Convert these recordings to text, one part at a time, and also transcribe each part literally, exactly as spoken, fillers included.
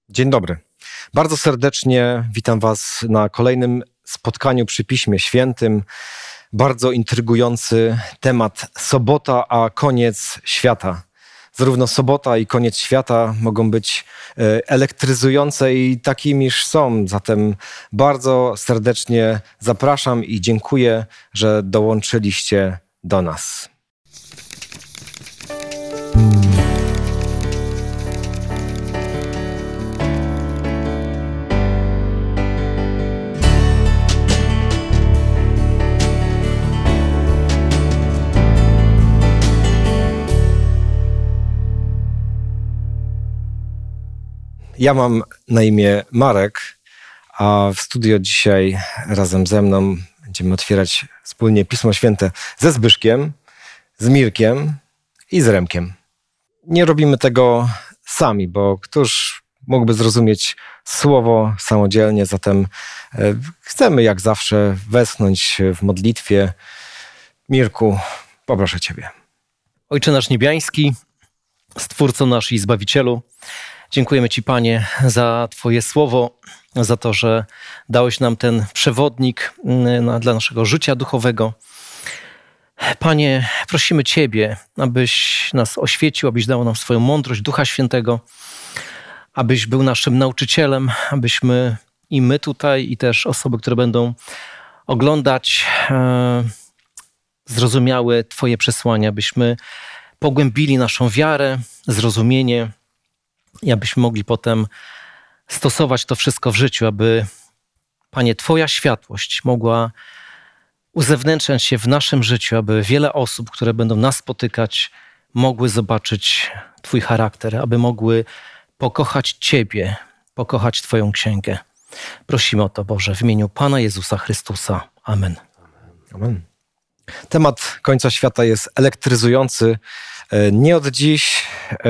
Dzień dobry. Bardzo serdecznie witam Was na kolejnym spotkaniu przy Piśmie Świętym. Bardzo intrygujący temat sobota, a koniec świata. Zarówno sobota i koniec świata mogą być elektryzujące i takimiż są. Zatem bardzo serdecznie zapraszam i dziękuję, że dołączyliście do nas. Ja mam na imię Marek, a w studio dzisiaj razem ze mną będziemy otwierać wspólnie Pismo Święte ze Zbyszkiem, z Mirkiem i z Remkiem. Nie robimy tego sami, bo któż mógłby zrozumieć słowo samodzielnie, zatem chcemy jak zawsze westchnąć w modlitwie. Mirku, poproszę Ciebie. Ojcze nasz niebiański, Stwórco nasz i Zbawicielu, dziękujemy Ci, Panie, za Twoje słowo, za to, że dałeś nam ten przewodnik dla naszego życia duchowego. Panie, prosimy Ciebie, abyś nas oświecił, abyś dał nam swoją mądrość Ducha Świętego, abyś był naszym nauczycielem, abyśmy i my tutaj, i też osoby, które będą oglądać, zrozumiały Twoje przesłania, abyśmy pogłębili naszą wiarę, zrozumienie, i abyśmy mogli potem stosować to wszystko w życiu, aby, Panie, Twoja światłość mogła uzewnętrzniać się w naszym życiu, aby wiele osób, które będą nas spotykać, mogły zobaczyć Twój charakter, aby mogły pokochać Ciebie, pokochać Twoją księgę. Prosimy o to, Boże, w imieniu Pana Jezusa Chrystusa. Amen. Amen. Temat końca świata jest elektryzujący. Nie od dziś,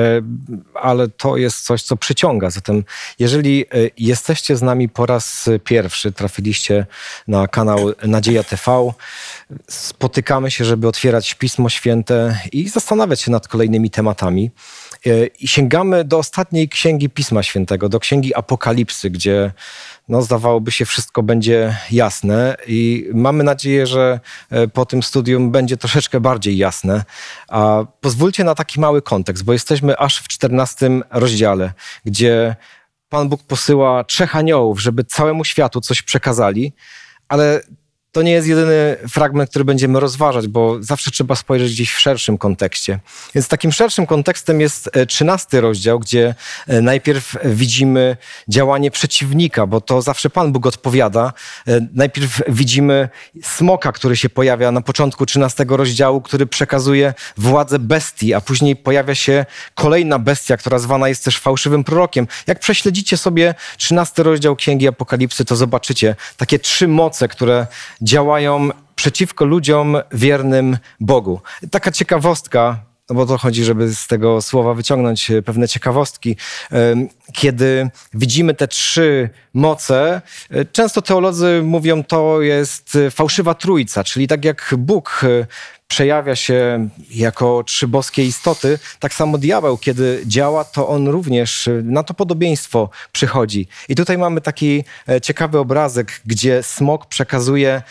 ale to jest coś, co przyciąga. Zatem jeżeli jesteście z nami po raz pierwszy, trafiliście na kanał Nadzieja T V, spotykamy się, żeby otwierać Pismo Święte i zastanawiać się nad kolejnymi tematami. I sięgamy do ostatniej księgi Pisma Świętego, do księgi Apokalipsy, gdzie no, zdawałoby się wszystko będzie jasne i mamy nadzieję, że po tym studium będzie troszeczkę bardziej jasne. A pozwólcie na taki mały kontekst, bo jesteśmy aż w czternastym rozdziale, gdzie Pan Bóg posyła trzech aniołów, żeby całemu światu coś przekazali, ale to nie jest jedyny fragment, który będziemy rozważać, bo zawsze trzeba spojrzeć gdzieś w szerszym kontekście. Więc takim szerszym kontekstem jest trzynasty rozdział, gdzie najpierw widzimy działanie przeciwnika, bo to zawsze Pan Bóg odpowiada. Najpierw widzimy smoka, który się pojawia na początku trzynastego rozdziału, który przekazuje władzę bestii, a później pojawia się kolejna bestia, która zwana jest też fałszywym prorokiem. Jak prześledzicie sobie trzynasty rozdział Księgi Apokalipsy, to zobaczycie takie trzy moce, które działają przeciwko ludziom wiernym Bogu. Taka ciekawostka, no bo to chodzi, żeby z tego słowa wyciągnąć pewne ciekawostki. Kiedy widzimy te trzy moce, często teolodzy mówią, to jest fałszywa trójca, czyli tak jak Bóg przejawia się jako trzy boskie istoty, tak samo diabeł, kiedy działa, to on również na to podobieństwo przychodzi. I tutaj mamy taki ciekawy obrazek, gdzie smok przekazuje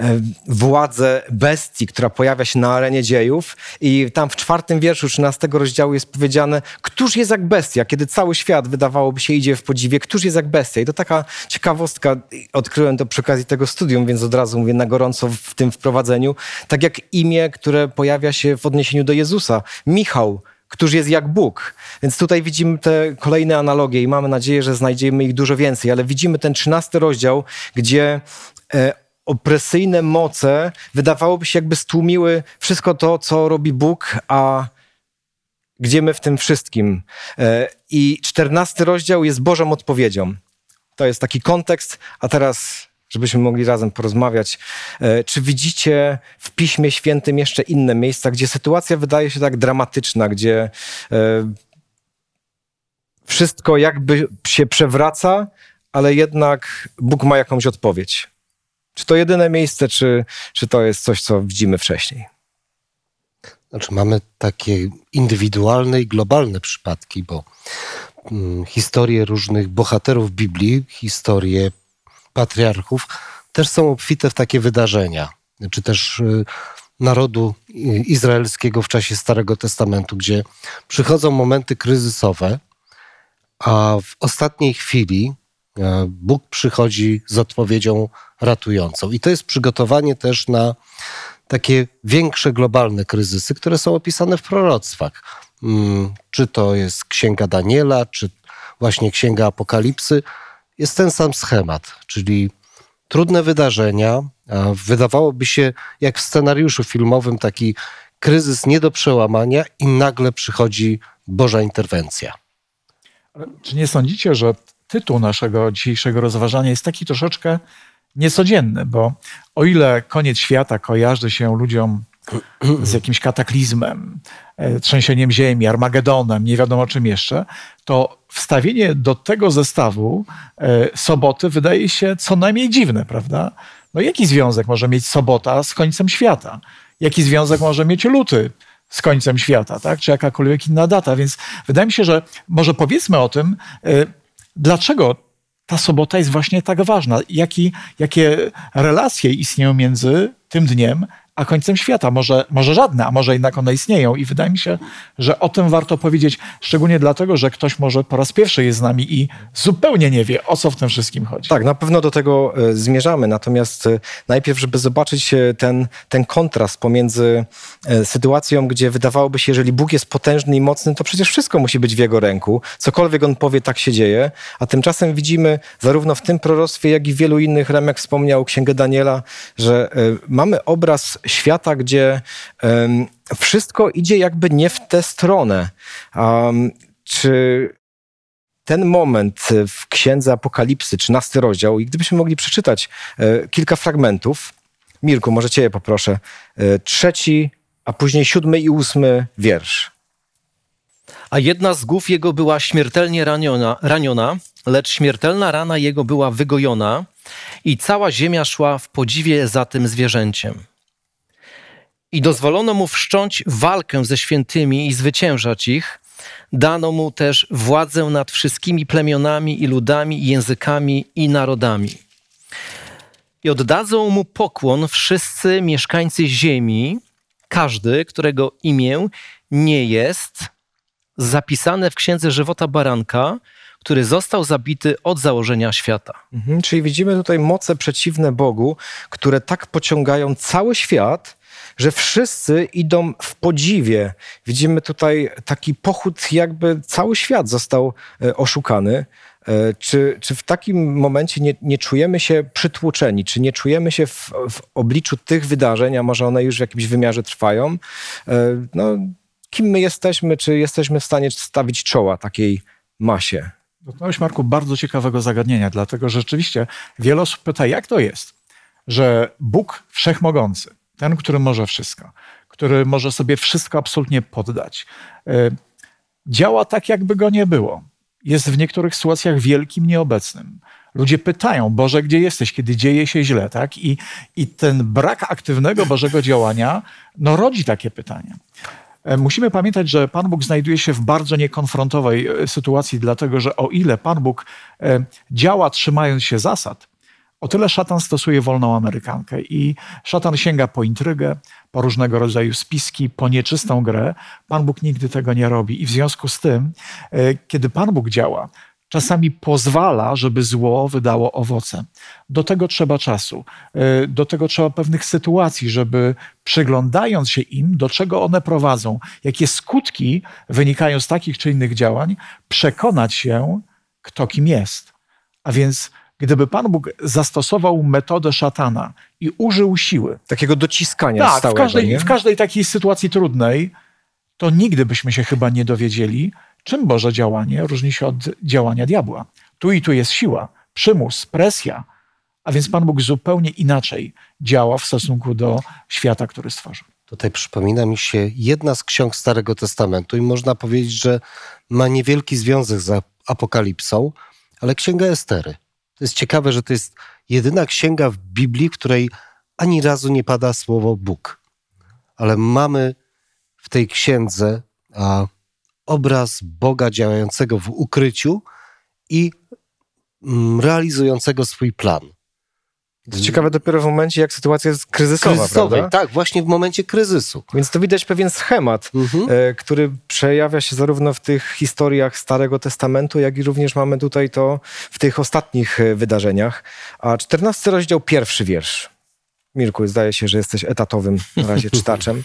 władzę bestii, która pojawia się na arenie dziejów i tam w czwartym wierszu trzynastego rozdziału jest powiedziane, któż jest jak bestia, kiedy cały świat wydawałoby się idzie w podziwie, któż jest jak bestia. I to taka ciekawostka, odkryłem to przy okazji tego studium, więc od razu mówię na gorąco w tym wprowadzeniu, tak jak imię, które pojawia się w odniesieniu do Jezusa. Michał, któż jest jak Bóg. Więc tutaj widzimy te kolejne analogie i mamy nadzieję, że znajdziemy ich dużo więcej, ale widzimy ten trzynasty rozdział, gdzie e, opresyjne moce wydawałoby się jakby stłumiły wszystko to, co robi Bóg, a gdzie my w tym wszystkim. E, I czternasty rozdział jest Bożą odpowiedzią. To jest taki kontekst, a teraz żebyśmy mogli razem porozmawiać. Czy widzicie w Piśmie Świętym jeszcze inne miejsca, gdzie sytuacja wydaje się tak dramatyczna, gdzie wszystko jakby się przewraca, ale jednak Bóg ma jakąś odpowiedź? Czy to jedyne miejsce, czy, czy to jest coś, co widzimy wcześniej? Znaczy mamy takie indywidualne i globalne przypadki, bo mm, historie różnych bohaterów Biblii, historie patriarchów, też są obfite w takie wydarzenia, czy też y, narodu izraelskiego w czasie Starego Testamentu, gdzie przychodzą momenty kryzysowe, a w ostatniej chwili Bóg przychodzi z odpowiedzią ratującą. I to jest przygotowanie też na takie większe globalne kryzysy, które są opisane w proroctwach. Czy to jest Księga Daniela, czy właśnie Księga Apokalipsy. Jest ten sam schemat, czyli trudne wydarzenia. Wydawałoby się, jak w scenariuszu filmowym, taki kryzys nie do przełamania i nagle przychodzi Boża interwencja. Ale czy nie sądzicie, że tytuł naszego dzisiejszego rozważania jest taki troszeczkę niecodzienny, bo o ile koniec świata kojarzy się ludziom z jakimś kataklizmem, trzęsieniem ziemi, Armagedonem, nie wiadomo czym jeszcze, to wstawienie do tego zestawu soboty wydaje się co najmniej dziwne, prawda? No jaki związek może mieć sobota z końcem świata? Jaki związek może mieć luty z końcem świata, tak? Czy jakakolwiek inna data? Więc wydaje mi się, że może powiedzmy o tym, dlaczego ta sobota jest właśnie tak ważna. Jaki, jakie relacje istnieją między tym dniem a końcem świata. Może, może żadne, a może jednak one istnieją. I wydaje mi się, że o tym warto powiedzieć, szczególnie dlatego, że ktoś może po raz pierwszy jest z nami i zupełnie nie wie, o co w tym wszystkim chodzi. Tak, na pewno do tego e, zmierzamy. Natomiast e, najpierw, żeby zobaczyć e, ten, ten kontrast pomiędzy e, sytuacją, gdzie wydawałoby się, jeżeli Bóg jest potężny i mocny, to przecież wszystko musi być w Jego ręku. Cokolwiek On powie, tak się dzieje. A tymczasem widzimy zarówno w tym proroctwie, jak i w wielu innych, Remek wspomniał Księgę Daniela, że e, mamy obraz świata, gdzie um, wszystko idzie jakby nie w tę stronę. Um, czy ten moment w Księdze Apokalipsy, trzynasty rozdział, i gdybyśmy mogli przeczytać e, kilka fragmentów. Mirku, może cię je poproszę. E, trzeci, a później siódmy i ósmy wiersz. A jedna z głów jego była śmiertelnie raniona, raniona, lecz śmiertelna rana jego była wygojona i cała ziemia szła w podziwie za tym zwierzęciem. I dozwolono mu wszcząć walkę ze świętymi i zwyciężać ich. Dano mu też władzę nad wszystkimi plemionami i ludami, i językami i narodami. I oddadzą mu pokłon wszyscy mieszkańcy ziemi, każdy, którego imię nie jest zapisane w Księdze Żywota Baranka, który został zabity od założenia świata. Mhm, czyli widzimy tutaj moce przeciwne Bogu, które tak pociągają cały świat, że wszyscy idą w podziwie. Widzimy tutaj taki pochód, jakby cały świat został oszukany. Czy, czy w takim momencie nie, nie czujemy się przytłoczeni? Czy nie czujemy się w, w obliczu tych wydarzeń, a może one już w jakimś wymiarze trwają? No, kim my jesteśmy? Czy jesteśmy w stanie stawić czoła takiej masie? Dotknąłeś, Marku, bardzo ciekawego zagadnienia, dlatego że rzeczywiście wiele osób pyta, jak to jest, że Bóg Wszechmogący, ten, który może wszystko, który może sobie wszystko absolutnie poddać, działa tak, jakby go nie było. Jest w niektórych sytuacjach wielkim nieobecnym. Ludzie pytają, Boże, gdzie jesteś, kiedy dzieje się źle, tak? I, i ten brak aktywnego Bożego działania no, rodzi takie pytania. Musimy pamiętać, że Pan Bóg znajduje się w bardzo niekonfrontowej sytuacji, dlatego że o ile Pan Bóg działa trzymając się zasad, o tyle szatan stosuje wolną amerykankę i szatan sięga po intrygę, po różnego rodzaju spiski, po nieczystą grę. Pan Bóg nigdy tego nie robi i w związku z tym, kiedy Pan Bóg działa, czasami pozwala, żeby zło wydało owoce. Do tego trzeba czasu, do tego trzeba pewnych sytuacji, żeby przyglądając się im, do czego one prowadzą, jakie skutki wynikają z takich czy innych działań, przekonać się, kto kim jest. A więc gdyby Pan Bóg zastosował metodę szatana i użył siły. Takiego dociskania tak, stałego, w każdej, nie? w każdej takiej sytuacji trudnej, to nigdy byśmy się chyba nie dowiedzieli, czym Boże działanie różni się od działania diabła. Tu i tu jest siła, przymus, presja, a więc Pan Bóg zupełnie inaczej działa w stosunku do świata, który stworzył. Tutaj przypomina mi się jedna z ksiąg Starego Testamentu i można powiedzieć, że ma niewielki związek z Apokalipsą, ale Księga Estery. To jest ciekawe, że to jest jedyna księga w Biblii, w której ani razu nie pada słowo Bóg. Ale mamy w tej księdze a, obraz Boga działającego w ukryciu i mm, realizującego swój plan. To ciekawe dopiero w momencie, jak sytuacja jest kryzysowa, Kryzysowej, prawda? tak, właśnie w momencie kryzysu. Więc to widać pewien schemat, Mhm. e, który przejawia się zarówno w tych historiach Starego Testamentu, jak i również mamy tutaj to w tych ostatnich e, wydarzeniach. A czternasty rozdział, pierwszy wiersz. Mirku, zdaje się, że jesteś etatowym na razie czytaczem.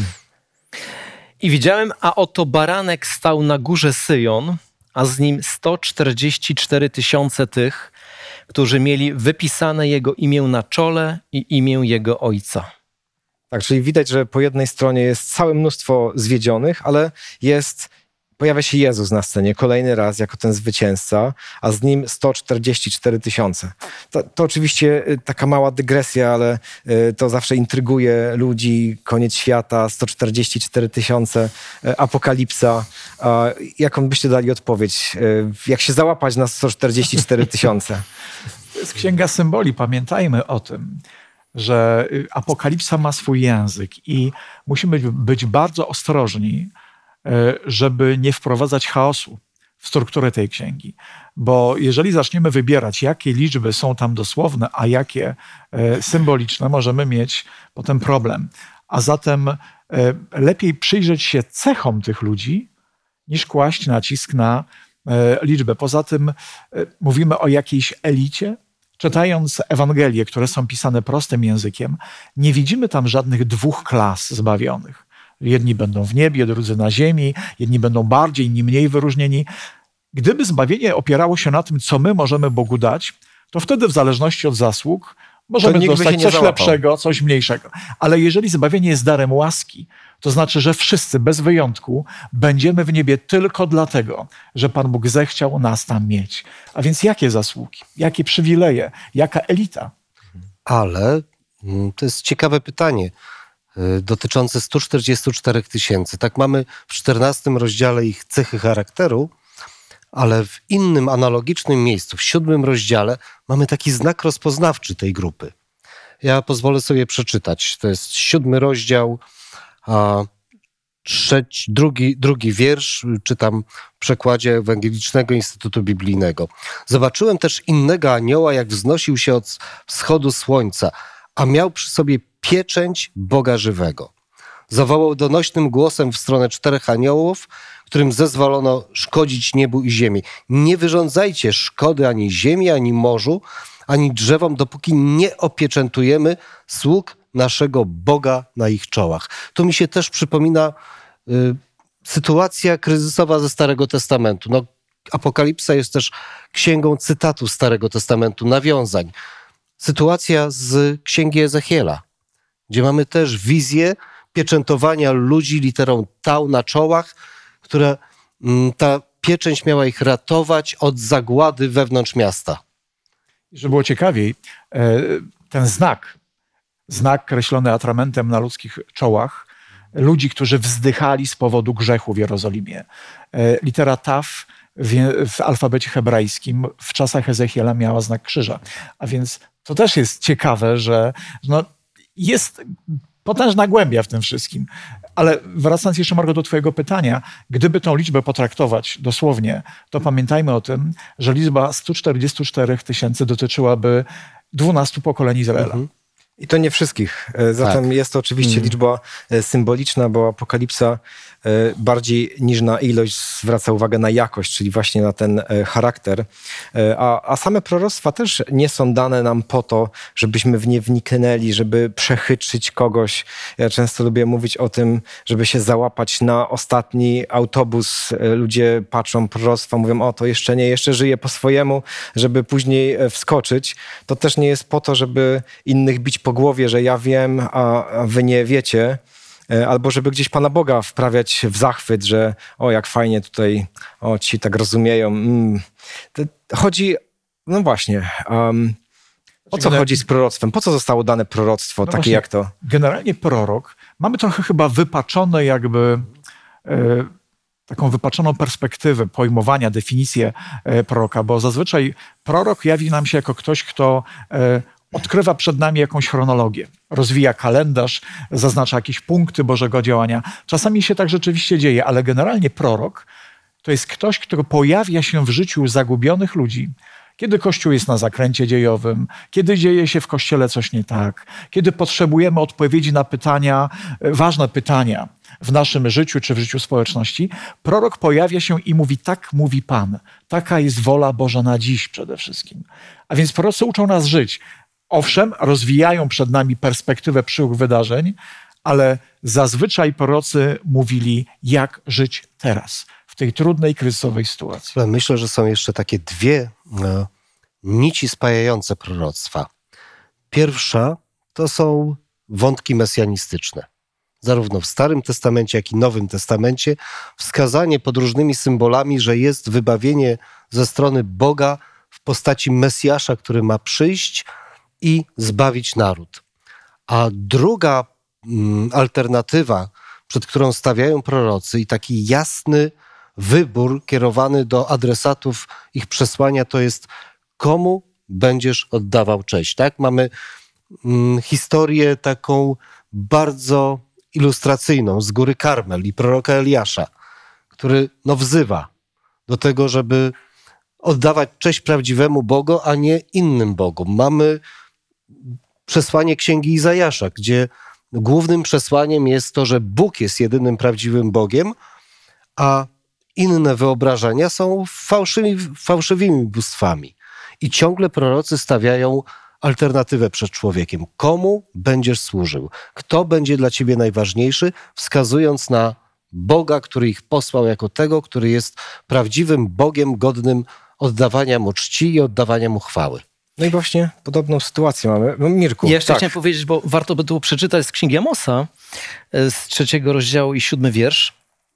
I widziałem, a oto baranek stał na górze Syjon, a z nim sto czterdzieści cztery tysiące tych, którzy mieli wypisane jego imię na czole i imię jego ojca. Tak, czyli widać, że po jednej stronie jest całe mnóstwo zwiedzionych, ale jest, pojawia się Jezus na scenie kolejny raz jako ten zwycięzca, a z nim sto czterdzieści cztery tysiące. To, to oczywiście y, taka mała dygresja, ale y, to zawsze intryguje ludzi. Koniec świata, sto czterdzieści cztery tysiące, y, apokalipsa. A jaką byście dali odpowiedź? Y, jak się załapać na sto czterdzieści cztery tysiące? To jest księga symboli. Pamiętajmy o tym, że apokalipsa ma swój język i musimy być bardzo ostrożni, żeby nie wprowadzać chaosu w strukturę tej księgi. Bo jeżeli zaczniemy wybierać, jakie liczby są tam dosłowne, a jakie symboliczne, możemy mieć potem problem. A zatem lepiej przyjrzeć się cechom tych ludzi, niż kłaść nacisk na liczbę. Poza tym mówimy o jakiejś elicie. Czytając Ewangelie, które są pisane prostym językiem, nie widzimy tam żadnych dwóch klas zbawionych. Jedni będą w niebie, drudzy na ziemi, jedni będą bardziej, inni mniej wyróżnieni. Gdyby zbawienie opierało się na tym, co my możemy Bogu dać, to wtedy w zależności od zasług możemy nikt by się dostać nie coś załapał. lepszego, coś mniejszego. Ale jeżeli zbawienie jest darem łaski, to znaczy, że wszyscy bez wyjątku będziemy w niebie tylko dlatego, że Pan Bóg zechciał nas tam mieć. A więc jakie zasługi, jakie przywileje, jaka elita? Ale mm, to jest ciekawe pytanie y, dotyczące stu czterdziestu czterech tysięcy. Tak mamy w czternastym rozdziale ich cechy charakteru, ale w innym analogicznym miejscu, w siódmym rozdziale, mamy taki znak rozpoznawczy tej grupy. Ja pozwolę sobie przeczytać. To jest siódmy rozdział, a trzeci, drugi, drugi wiersz, czytam w przekładzie Ewangelicznego Instytutu Biblijnego. Zobaczyłem też innego anioła, jak wznosił się od wschodu słońca, a miał przy sobie pieczęć Boga żywego. Zawołał donośnym głosem w stronę czterech aniołów, którym zezwolono szkodzić niebu i ziemi. Nie wyrządzajcie szkody ani ziemi, ani morzu, ani drzewom, dopóki nie opieczętujemy sług naszego Boga na ich czołach. Tu mi się też przypomina y, sytuacja kryzysowa ze Starego Testamentu. No, Apokalipsa jest też księgą cytatów Starego Testamentu, nawiązań. Sytuacja z księgi Ezechiela, gdzie mamy też wizję pieczętowania ludzi literą tau na czołach, która mm, ta pieczęć miała ich ratować od zagłady wewnątrz miasta. Żeby było ciekawiej, ten znak, znak kreślony atramentem na ludzkich czołach, ludzi, którzy wzdychali z powodu grzechu w Jerozolimie. Litera taf w, w alfabecie hebrajskim w czasach Ezechiela miała znak krzyża. A więc to też jest ciekawe, że no, jest potężna głębia w tym wszystkim. Ale wracając jeszcze, Margo, do twojego pytania, gdyby tą liczbę potraktować dosłownie, to pamiętajmy o tym, że liczba stu czterdziestu czterech tysięcy dotyczyłaby dwunastu pokoleń Izraela. Mhm. I to nie wszystkich. Zatem Tak. jest to oczywiście Mhm. liczba symboliczna, bo Apokalipsa bardziej niż na ilość zwraca uwagę na jakość, czyli właśnie na ten charakter. A, a same proroctwa też nie są dane nam po to, żebyśmy w nie wniknęli, żeby przechytrzyć kogoś. Ja często lubię mówić o tym, żeby się załapać na ostatni autobus. Ludzie patrzą proroctwa, mówią, o to jeszcze nie, jeszcze żyje po swojemu, żeby później wskoczyć. To też nie jest po to, żeby innych bić po głowie, że ja wiem, a, a wy nie wiecie. Albo żeby gdzieś Pana Boga wprawiać w zachwyt, że o, jak fajnie tutaj, o, ci tak rozumieją. Mm. Chodzi, no właśnie, um, o co chodzi z proroctwem? Po co zostało dane proroctwo, No takie właśnie, jak to? Generalnie prorok, mamy trochę chyba wypaczone jakby e, taką wypaczoną perspektywę pojmowania, definicję e, proroka, bo zazwyczaj prorok jawi nam się jako ktoś, kto e, odkrywa przed nami jakąś chronologię, rozwija kalendarz, zaznacza jakieś punkty Bożego działania. Czasami się tak rzeczywiście dzieje, ale generalnie prorok to jest ktoś, kto pojawia się w życiu zagubionych ludzi, kiedy Kościół jest na zakręcie dziejowym, kiedy dzieje się w Kościele coś nie tak, kiedy potrzebujemy odpowiedzi na pytania, ważne pytania w naszym życiu czy w życiu społeczności, prorok pojawia się i mówi: tak mówi Pan, taka jest wola Boża na dziś przede wszystkim. A więc prorocy uczą nas żyć. Owszem, rozwijają przed nami perspektywę przyszłych wydarzeń, ale zazwyczaj prorocy mówili, jak żyć teraz, w tej trudnej, kryzysowej sytuacji. Ale myślę, że są jeszcze takie dwie e, nici spajające proroctwa. Pierwsza to są wątki mesjanistyczne. Zarówno w Starym Testamencie, jak i Nowym Testamencie wskazanie pod różnymi symbolami, że jest wybawienie ze strony Boga w postaci Mesjasza, który ma przyjść i zbawić naród. A druga mm, alternatywa, przed którą stawiają prorocy, i taki jasny wybór kierowany do adresatów ich przesłania, to jest: komu będziesz oddawał cześć. Tak? Mamy mm, historię taką bardzo ilustracyjną z Góry Karmel i proroka Eliasza, który no, wzywa do tego, żeby oddawać cześć prawdziwemu Bogu, a nie innym bogom. Mamy przesłanie Księgi Izajasza, gdzie głównym przesłaniem jest to, że Bóg jest jedynym prawdziwym Bogiem, a inne wyobrażenia są fałszywymi, fałszywymi bóstwami. I ciągle prorocy stawiają alternatywę przed człowiekiem. Komu będziesz służył? Kto będzie dla ciebie najważniejszy? Wskazując na Boga, który ich posłał jako tego, który jest prawdziwym Bogiem, godnym oddawania mu czci i oddawania mu chwały. No i właśnie podobną sytuację mamy. No, Mirku, Ja jeszcze tak. chciałem powiedzieć, bo warto by było przeczytać z Księgi Amosa, z trzeciego rozdziału i siódmy wiersz.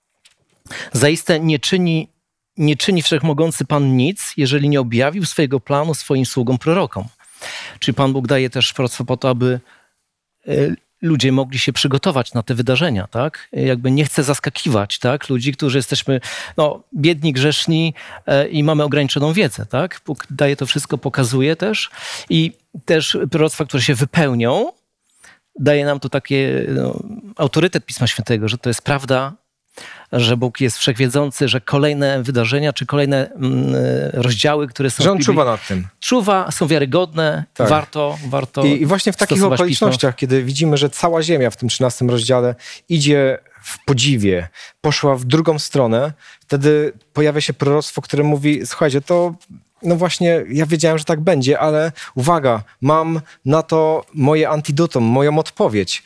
Zaiste nie czyni, nie czyni Wszechmogący Pan nic, jeżeli nie objawił swojego planu swoim sługom prorokom. Czyli Pan Bóg daje też proroctwo po to, aby ludzie mogli się przygotować na te wydarzenia, tak? Jakby nie chce zaskakiwać, tak? Ludzi, którzy jesteśmy no, biedni, grzeszni e, i mamy ograniczoną wiedzę, tak? Bóg daje to wszystko, pokazuje też i też proroctwa, które się wypełnią, daje nam to takie no, autorytet Pisma Świętego, że to jest prawda, że Bóg jest wszechwiedzący, że kolejne wydarzenia, czy kolejne mm, rozdziały, które są... Że on w Biblii, czuwa nad tym. Czuwa, są wiarygodne, Tak. warto, warto I, I właśnie w takich stosować okolicznościach, pismo. kiedy widzimy, że cała ziemia w tym trzynastym rozdziale idzie w podziwie, poszła w drugą stronę, wtedy pojawia się proroctwo, które mówi: słuchajcie, to no właśnie ja wiedziałem, że tak będzie, ale uwaga, mam na to moje antidotum, moją odpowiedź.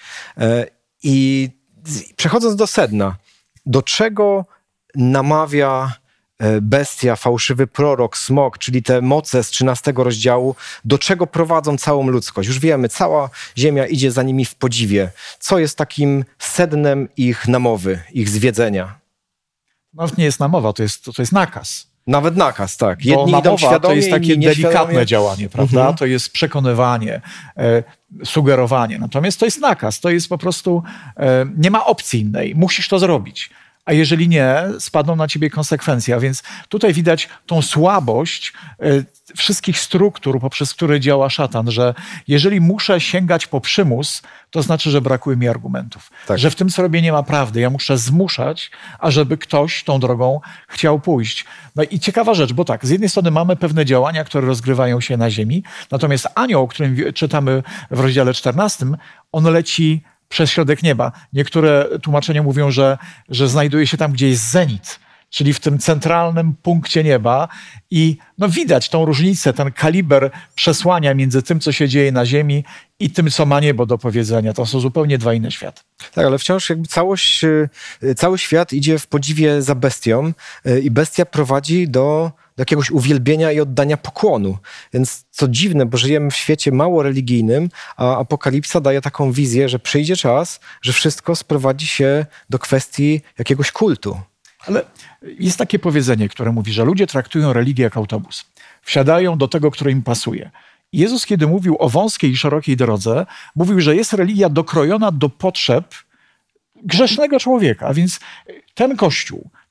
I przechodząc do sedna, do czego namawia bestia, fałszywy prorok, smok, czyli te moce z trzynastego rozdziału, do czego prowadzą całą ludzkość? Już wiemy, cała ziemia idzie za nimi w podziwie. Co jest takim sednem ich namowy, ich zwiedzenia? Nawet nie jest namowa, to jest, to, to jest nakaz. Nawet nakaz, tak. Bo Jedni idą namowa świadomie, to jest takie inni delikatne nieświadomie. działanie, prawda? Mhm. To jest przekonywanie, e, sugerowanie. Natomiast to jest nakaz, to jest po prostu, e, nie ma opcji innej, musisz to zrobić. A jeżeli nie, spadną na ciebie konsekwencje. A więc tutaj widać tą słabość e, wszystkich struktur, poprzez które działa szatan, że jeżeli muszę sięgać po przymus, to znaczy, że brakuje mi argumentów. Tak. Że w tym, co robię, nie ma prawdy. Ja muszę zmuszać, ażeby ktoś tą drogą chciał pójść. No i ciekawa rzecz, bo tak, z jednej strony mamy pewne działania, które rozgrywają się na ziemi, natomiast anioł, o którym czytamy w rozdziale czternastym, on leci przez środek nieba. Niektóre tłumaczenia mówią, że, że znajduje się tam, gdzie jest zenit, czyli w tym centralnym punkcie nieba i no widać tą różnicę, ten kaliber przesłania między tym, co się dzieje na ziemi i tym, co ma niebo do powiedzenia. To są zupełnie dwa inne światy. Tak, ale wciąż jakby całość, cały świat idzie w podziwie za bestią i bestia prowadzi do, do jakiegoś uwielbienia i oddania pokłonu. Więc co dziwne, bo żyjemy w świecie mało religijnym, a Apokalipsa daje taką wizję, że przyjdzie czas, że wszystko sprowadzi się do kwestii jakiegoś kultu. Ale jest takie powiedzenie, które mówi, że ludzie traktują religię jak autobus. Wsiadają do tego, który im pasuje. Jezus, kiedy mówił o wąskiej i szerokiej drodze, mówił, że jest religia dokrojona do potrzeb grzesznego człowieka. A więc ten Kościół,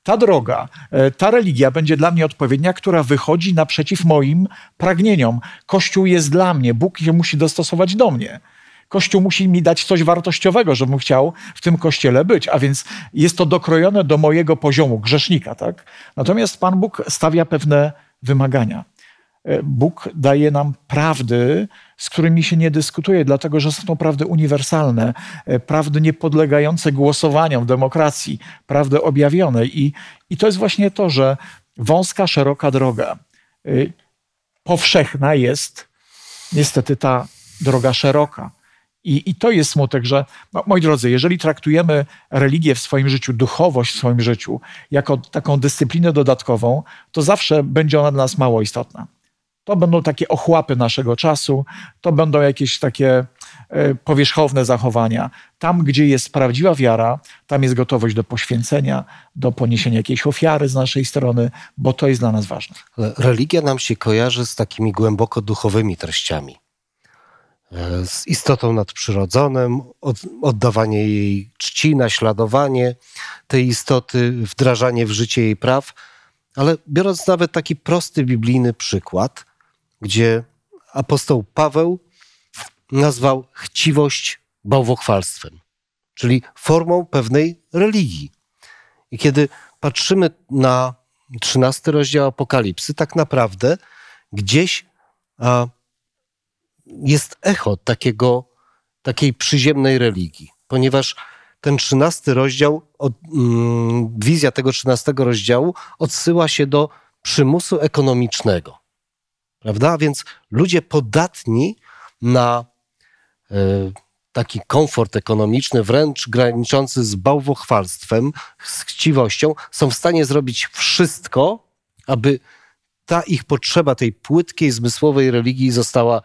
ta droga, ta religia będzie dla mnie odpowiednia, która wychodzi naprzeciw moim pragnieniom. Kościół jest dla mnie, Bóg się musi dostosować do mnie. Kościół musi mi dać coś wartościowego, żebym chciał w tym kościele być, a więc jest to dokrojone do mojego poziomu grzesznika. Tak? Natomiast Pan Bóg stawia pewne wymagania. Bóg daje nam prawdy, z którymi się nie dyskutuje, dlatego że są to prawdy uniwersalne, prawdy niepodlegające głosowaniom w demokracji, prawdy objawione. I, i to jest właśnie to, że wąska, szeroka droga, powszechna jest niestety ta droga szeroka. I, I to jest smutek, że, no, moi drodzy, jeżeli traktujemy religię w swoim życiu, duchowość w swoim życiu jako taką dyscyplinę dodatkową, to zawsze będzie ona dla nas mało istotna. To będą takie ochłapy naszego czasu, to będą jakieś takie e, powierzchowne zachowania. Tam, gdzie jest prawdziwa wiara, tam jest gotowość do poświęcenia, do poniesienia jakiejś ofiary z naszej strony, bo to jest dla nas ważne. Ale religia nam się kojarzy z takimi głęboko duchowymi treściami. Z istotą nadprzyrodzoną, od, oddawanie jej czci, naśladowanie tej istoty, wdrażanie w życie jej praw. Ale biorąc nawet taki prosty biblijny przykład, gdzie apostoł Paweł nazwał chciwość bałwochwalstwem, czyli formą pewnej religii. I kiedy patrzymy na trzynasty rozdział Apokalipsy, tak naprawdę gdzieś a, jest echo takiego, takiej przyziemnej religii, ponieważ ten trzynasty rozdział, od, mm, wizja tego trzynastego rozdziału odsyła się do przymusu ekonomicznego. Prawda? A więc ludzie podatni na y, taki komfort ekonomiczny, wręcz graniczący z bałwochwalstwem, z chciwością, są w stanie zrobić wszystko, aby ta ich potrzeba tej płytkiej, zmysłowej religii została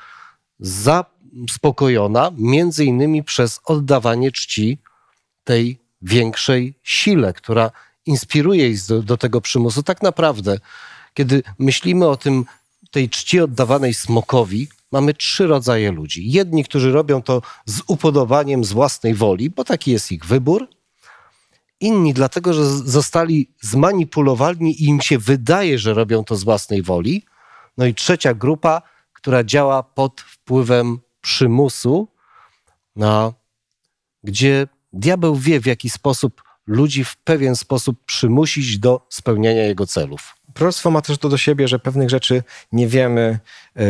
zaspokojona, między innymi przez oddawanie czci tej większej sile, która inspiruje ich do, do tego przymusu. Tak naprawdę, kiedy myślimy o tym, tej czci oddawanej smokowi, mamy trzy rodzaje ludzi. Jedni, którzy robią to z upodobaniem, z własnej woli, bo taki jest ich wybór. Inni dlatego, że zostali zmanipulowani i im się wydaje, że robią to z własnej woli. No i trzecia grupa, która działa pod wpływem przymusu, no, gdzie diabeł wie, w jaki sposób ludzi w pewien sposób przymusić do spełniania jego celów. Proroctwo ma też to do siebie, że pewnych rzeczy nie wiemy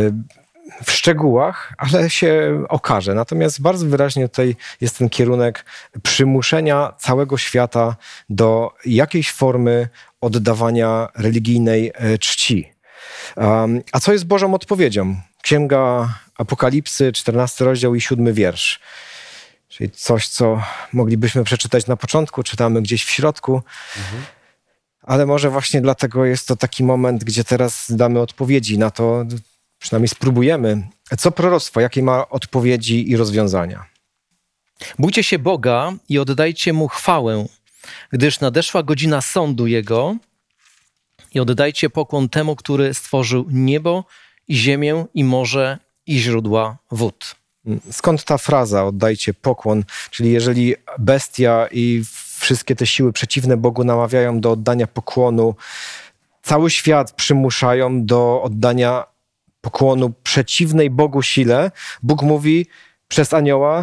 w szczegółach, ale się okaże. Natomiast bardzo wyraźnie tutaj jest ten kierunek przymuszenia całego świata do jakiejś formy oddawania religijnej czci. A co jest Bożą odpowiedzią? Księga Apokalipsy, czternasty rozdział i siódmy wiersz. Czyli coś, co moglibyśmy przeczytać na początku, czytamy gdzieś w środku. Mhm. Ale może właśnie dlatego jest to taki moment, gdzie teraz damy odpowiedzi na to, przynajmniej spróbujemy. Co proroctwo? Jakie ma odpowiedzi i rozwiązania? Bójcie się Boga i oddajcie Mu chwałę, gdyż nadeszła godzina sądu Jego i oddajcie pokłon temu, który stworzył niebo i ziemię i morze i źródła wód. Skąd ta fraza oddajcie pokłon? Czyli jeżeli bestia i wszystkie te siły przeciwne Bogu namawiają do oddania pokłonu, cały świat przymuszają do oddania pokłonu przeciwnej Bogu sile, Bóg mówi przez anioła: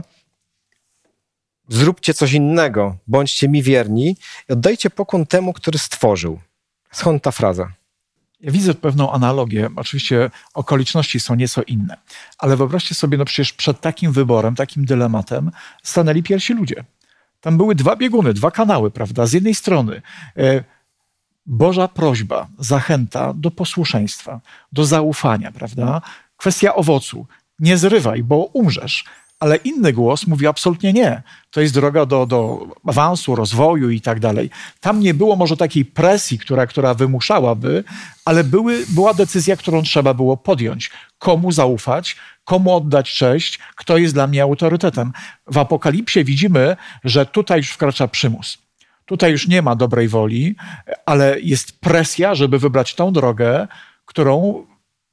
zróbcie coś innego, bądźcie mi wierni i oddajcie pokłon temu, który stworzył. Skąd ta fraza? Ja widzę pewną analogię. Oczywiście okoliczności są nieco inne. Ale wyobraźcie sobie, no przecież przed takim wyborem, takim dylematem stanęli pierwsi ludzie. Tam były dwa bieguny, dwa kanały, prawda? Z jednej strony e, Boża prośba, zachęta do posłuszeństwa, do zaufania, prawda? Kwestia owocu. Nie zrywaj, bo umrzesz. Ale inny głos mówi absolutnie nie. To jest droga do, do awansu, rozwoju i tak dalej. Tam nie było może takiej presji, która, która wymuszałaby, ale były, była decyzja, którą trzeba było podjąć. Komu zaufać, komu oddać cześć, kto jest dla mnie autorytetem. W Apokalipsie widzimy, że tutaj już wkracza przymus. Tutaj już nie ma dobrej woli, ale jest presja, żeby wybrać tą drogę, którą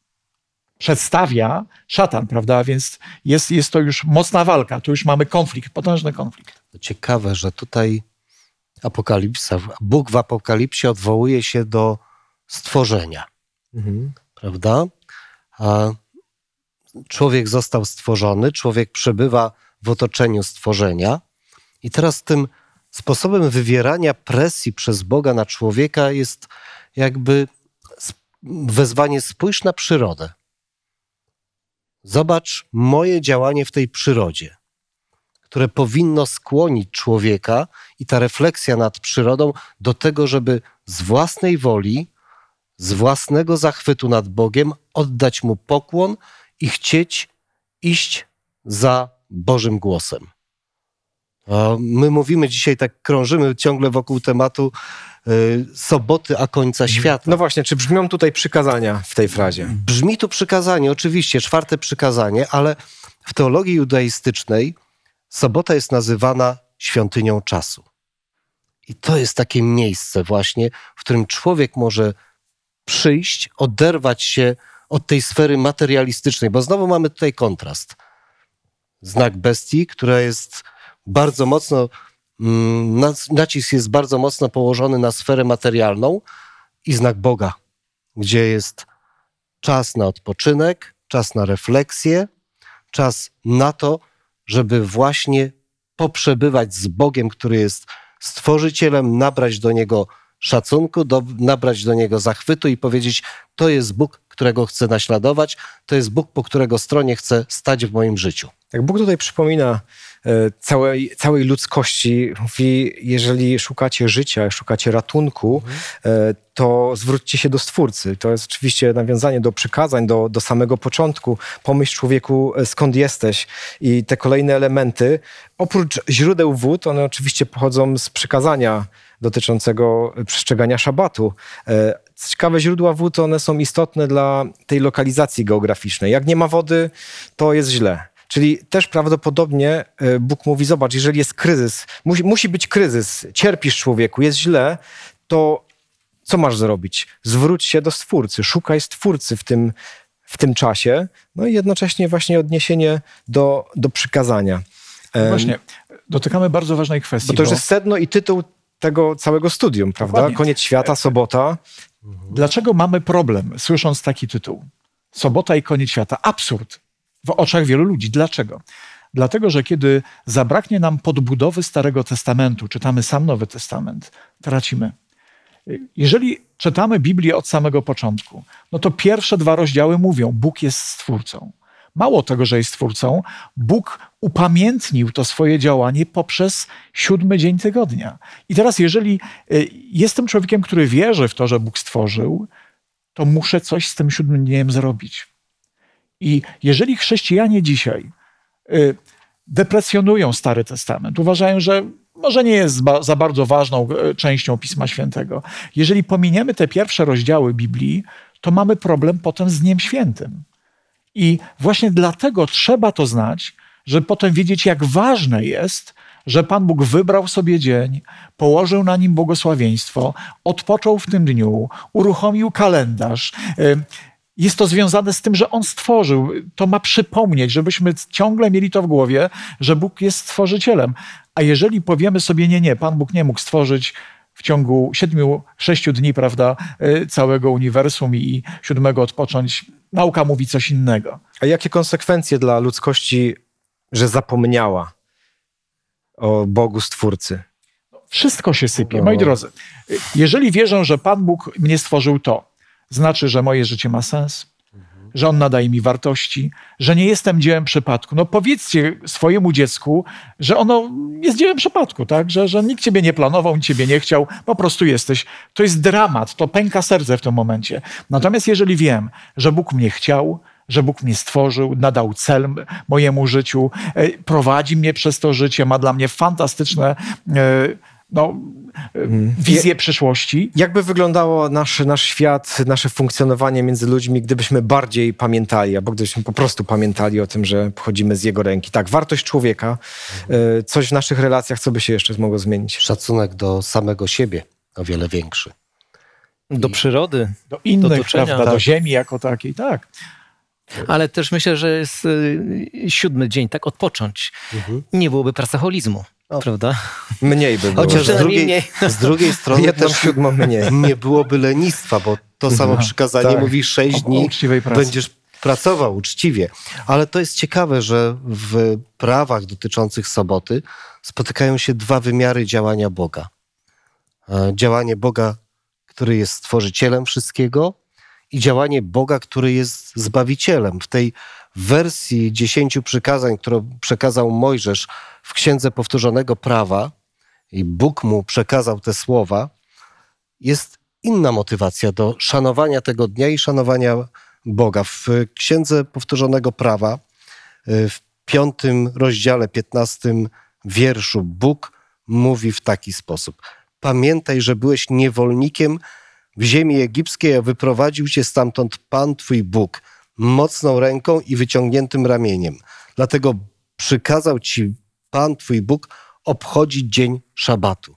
przedstawia szatan, prawda? Więc jest, jest to już mocna walka, tu już mamy konflikt, potężny konflikt. Ciekawe, że tutaj Apokalipsa. Bóg w Apokalipsie odwołuje się do stworzenia, Mhm. prawda? A człowiek został stworzony, człowiek przebywa w otoczeniu stworzenia i teraz tym sposobem wywierania presji przez Boga na człowieka jest jakby wezwanie: spójrz na przyrodę. Zobacz moje działanie w tej przyrodzie, które powinno skłonić człowieka i ta refleksja nad przyrodą do tego, żeby z własnej woli, z własnego zachwytu nad Bogiem oddać Mu pokłon i chcieć iść za Bożym głosem. A my mówimy dzisiaj, tak krążymy ciągle wokół tematu y, soboty, a końca świata. No właśnie, czy brzmią tutaj przykazania w tej frazie? Brzmi tu przykazanie, oczywiście, czwarte przykazanie, ale w teologii judaistycznej sobota jest nazywana świątynią czasu. I to jest takie miejsce właśnie, w którym człowiek może przyjść, oderwać się od tej sfery materialistycznej, bo znowu mamy tutaj kontrast. Znak bestii, która jest bardzo mocno, nacisk jest bardzo mocno położony na sferę materialną, i znak Boga, gdzie jest czas na odpoczynek, czas na refleksję, czas na to, żeby właśnie poprzebywać z Bogiem, który jest Stworzycielem, nabrać do Niego szacunku, do, nabrać do Niego zachwytu i powiedzieć: to jest Bóg, którego chcę naśladować, to jest Bóg, po którego stronie chcę stać w moim życiu. Tak, Bóg tutaj przypomina całej, całej ludzkości. Mówi: jeżeli szukacie życia, szukacie ratunku, mhm. to zwróćcie się do Stwórcy. To jest oczywiście nawiązanie do przykazań, do, do samego początku. Pomyśl, człowieku, skąd jesteś. I te kolejne elementy, oprócz źródeł wód, one oczywiście pochodzą z przykazania dotyczącego przestrzegania szabatu. Ciekawe, źródła wód, one są istotne dla tej lokalizacji geograficznej. Jak nie ma wody, to jest źle. Czyli też prawdopodobnie Bóg mówi: zobacz, jeżeli jest kryzys, musi, musi być kryzys, cierpisz, człowieku, jest źle, to co masz zrobić? Zwróć się do Stwórcy, szukaj Stwórcy w tym, w tym czasie, no i jednocześnie właśnie odniesienie do, do przykazania. No właśnie, dotykamy bardzo ważnej kwestii. Bo to już bo... jest sedno i tytuł tego całego studium, prawda? Dokładnie. Koniec świata, sobota. Dlaczego mamy problem, słysząc taki tytuł? Sobota i koniec świata. Absurd w oczach wielu ludzi. Dlaczego? Dlatego, że kiedy zabraknie nam podbudowy Starego Testamentu, czytamy sam Nowy Testament, tracimy. Jeżeli czytamy Biblię od samego początku, no to pierwsze dwa rozdziały mówią: Bóg jest Stwórcą. Mało tego, że jest Stwórcą, Bóg upamiętnił to swoje działanie poprzez siódmy dzień tygodnia. I teraz, jeżeli jestem człowiekiem, który wierzy w to, że Bóg stworzył, to muszę coś z tym siódmym dniem zrobić. I jeżeli chrześcijanie dzisiaj y, deprecjonują Stary Testament, uważają, że może nie jest ba- za bardzo ważną y, częścią Pisma Świętego, jeżeli pominiemy te pierwsze rozdziały Biblii, to mamy problem potem z Dniem Świętym. I właśnie dlatego trzeba to znać, żeby potem wiedzieć, jak ważne jest, że Pan Bóg wybrał sobie dzień, położył na nim błogosławieństwo, odpoczął w tym dniu, uruchomił kalendarz. Y, Jest to związane z tym, że On stworzył. To ma przypomnieć, żebyśmy ciągle mieli to w głowie, że Bóg jest Stworzycielem. A jeżeli powiemy sobie: nie, nie, Pan Bóg nie mógł stworzyć w ciągu siedmiu, sześciu dni, prawda, całego uniwersum i siódmego odpocząć, nauka mówi coś innego. A jakie konsekwencje dla ludzkości, że zapomniała o Bogu Stwórcy? Wszystko się sypie. No. Moi drodzy, jeżeli wierzę, że Pan Bóg mnie stworzył, to znaczy, że moje życie ma sens, mhm. że On nadaje mi wartości, że nie jestem dziełem przypadku. No powiedzcie swojemu dziecku, że ono jest dziełem przypadku, tak? Że, że nikt ciebie nie planował, nikt ciebie nie chciał, po prostu jesteś. To jest dramat, to pęka serce w tym momencie. Natomiast jeżeli wiem, że Bóg mnie chciał, że Bóg mnie stworzył, nadał cel mojemu życiu, prowadzi mnie przez to życie, ma dla mnie fantastyczne no, wizję przyszłości. Jakby wyglądało nasz, nasz świat, nasze funkcjonowanie między ludźmi, gdybyśmy bardziej pamiętali, albo gdybyśmy po prostu pamiętali o tym, że pochodzimy z Jego ręki. Tak, wartość człowieka, mhm. coś w naszych relacjach, co by się jeszcze mogło zmienić? Szacunek do samego siebie o wiele większy. Do I przyrody. Do innych, do prawda, tak. do ziemi jako takiej, tak. Ale też myślę, że jest y, siódmy dzień, tak odpocząć. Mhm. Nie byłoby pracoholizmu, o, prawda? Mniej by było. Chociaż z drugiej, z drugiej strony jedną siódmą mniej. Nie byłoby lenistwa, bo to samo przykazanie tak. mówi sześć dni będziesz pracował uczciwie. Ale to jest ciekawe, że w prawach dotyczących soboty spotykają się dwa wymiary działania Boga. Działanie Boga, który jest stworzycielem wszystkiego, i działanie Boga, który jest Zbawicielem. W tej wersji dziesięciu przykazań, którą przekazał Mojżesz w Księdze Powtórzonego Prawa i Bóg mu przekazał te słowa, jest inna motywacja do szanowania tego dnia i szanowania Boga. W Księdze Powtórzonego Prawa w piątym rozdziale, piętnastym wierszu Bóg mówi w taki sposób: pamiętaj, że byłeś niewolnikiem w ziemi egipskiej, a wyprowadził cię stamtąd Pan twój Bóg mocną ręką i wyciągniętym ramieniem. Dlatego przykazał ci Pan twój Bóg obchodzić dzień szabatu.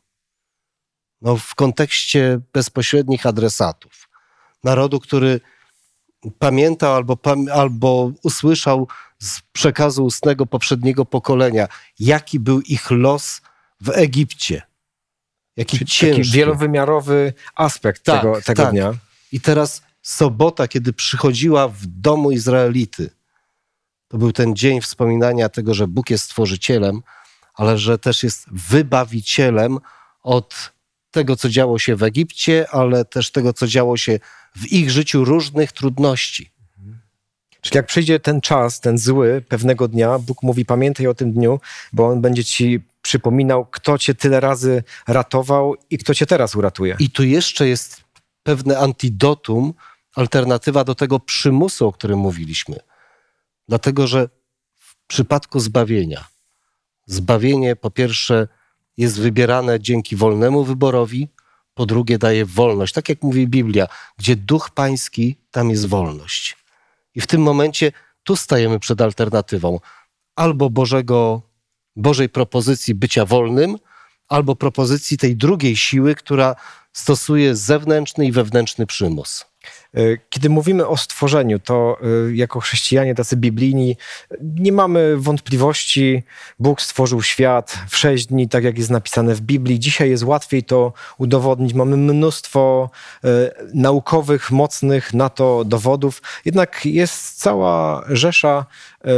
No, w kontekście bezpośrednich adresatów. Narodu, który pamiętał albo, albo usłyszał z przekazu ustnego poprzedniego pokolenia, jaki był ich los w Egipcie. Jaki Czyli ciężki. Taki wielowymiarowy aspekt tak, tego, tego tak. dnia. I teraz sobota, kiedy przychodziła w domu Izraelity, to był ten dzień wspominania tego, że Bóg jest stworzycielem, ale że też jest wybawicielem od tego, co działo się w Egipcie, ale też tego, co działo się w ich życiu, różnych trudności. Czyli jak przyjdzie ten czas, ten zły, pewnego dnia, Bóg mówi: pamiętaj o tym dniu, bo On będzie ci przypominał, kto cię tyle razy ratował i kto cię teraz uratuje. I tu jeszcze jest pewne antidotum, alternatywa do tego przymusu, o którym mówiliśmy. Dlatego, że w przypadku zbawienia, zbawienie po pierwsze jest wybierane dzięki wolnemu wyborowi, po drugie daje wolność. Tak jak mówi Biblia, gdzie Duch Pański, tam jest wolność. I w tym momencie tu stajemy przed alternatywą albo Bożego, Bożej propozycji bycia wolnym, albo propozycji tej drugiej siły, która stosuje zewnętrzny i wewnętrzny przymus. Kiedy mówimy o stworzeniu, to jako chrześcijanie tacy biblijni nie mamy wątpliwości. Bóg stworzył świat w sześć dni, tak jak jest napisane w Biblii. Dzisiaj jest łatwiej to udowodnić. Mamy mnóstwo naukowych, mocnych na to dowodów. Jednak jest cała rzesza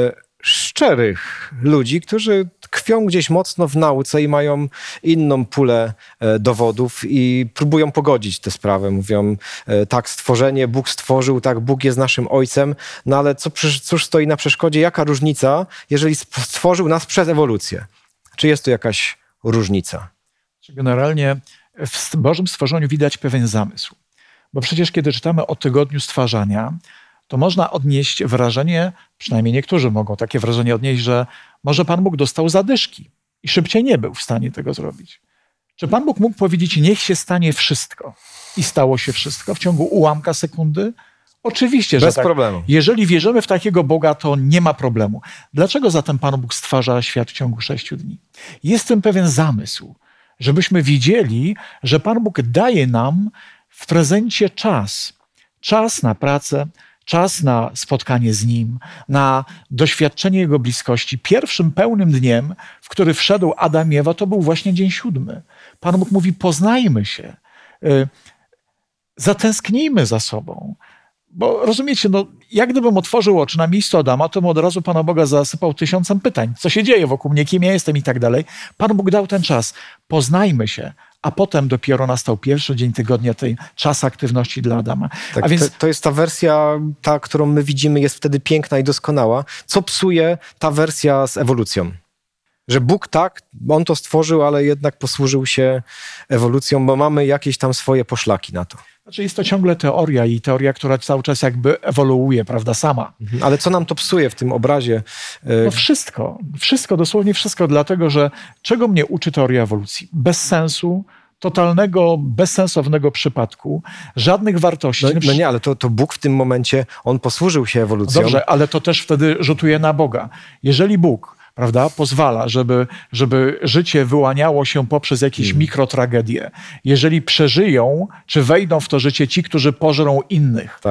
szczerych ludzi, którzy tkwią gdzieś mocno w nauce i mają inną pulę dowodów i próbują pogodzić tę sprawę. Mówią: tak, stworzenie, Bóg stworzył, tak, Bóg jest naszym Ojcem, no ale co, cóż stoi na przeszkodzie? Jaka różnica, jeżeli stworzył nas przez ewolucję? Czy jest tu jakaś różnica? Generalnie w Bożym stworzeniu widać pewien zamysł. Bo przecież kiedy czytamy o tygodniu stwarzania, to można odnieść wrażenie, przynajmniej niektórzy mogą takie wrażenie odnieść, że może Pan Bóg dostał zadyszki i szybciej nie był w stanie tego zrobić. Czy Pan Bóg mógł powiedzieć: niech się stanie wszystko? I stało się wszystko w ciągu ułamka sekundy? Oczywiście, że bez tak. problemu. Jeżeli wierzymy w takiego Boga, to nie ma problemu. Dlaczego zatem Pan Bóg stwarza świat w ciągu sześciu dni? Jest w tym pewien zamysł, żebyśmy widzieli, że Pan Bóg daje nam w prezencie czas. Czas na pracę, czas na spotkanie z Nim, na doświadczenie Jego bliskości. Pierwszym pełnym dniem, w który wszedł Adam i Ewa, to był właśnie dzień siódmy. Pan Bóg mówi: poznajmy się, zatęsknijmy za sobą. Bo rozumiecie, no, jak gdybym otworzył oczy na miejscu Adama, to bym od razu Pana Boga zasypał tysiącem pytań. Co się dzieje wokół mnie, kim ja jestem i tak dalej. Pan Bóg dał ten czas. Poznajmy się. A potem dopiero nastał pierwszy dzień tygodnia, ten czas aktywności dla Adama. Tak, A więc... to, to jest ta wersja, ta, którą my widzimy, jest wtedy piękna i doskonała. Co psuje ta wersja z ewolucją? Że Bóg tak, On to stworzył, ale jednak posłużył się ewolucją, bo mamy jakieś tam swoje poszlaki na to. Znaczy jest to ciągle teoria i teoria, która cały czas jakby ewoluuje, prawda, sama. Mhm. Ale co nam to psuje w tym obrazie? No wszystko, wszystko, dosłownie wszystko, dlatego że czego mnie uczy teoria ewolucji? Bez sensu, totalnego, bezsensownego przypadku, żadnych wartości. No, no nie, ale to, to Bóg w tym momencie, On posłużył się ewolucją. Dobrze, ale to też wtedy rzutuje na Boga. Jeżeli Bóg, prawda, pozwala, żeby, żeby życie wyłaniało się poprzez jakieś hmm. mikrotragedie, jeżeli przeżyją, czy wejdą w to życie ci, którzy pożrą innych, tak.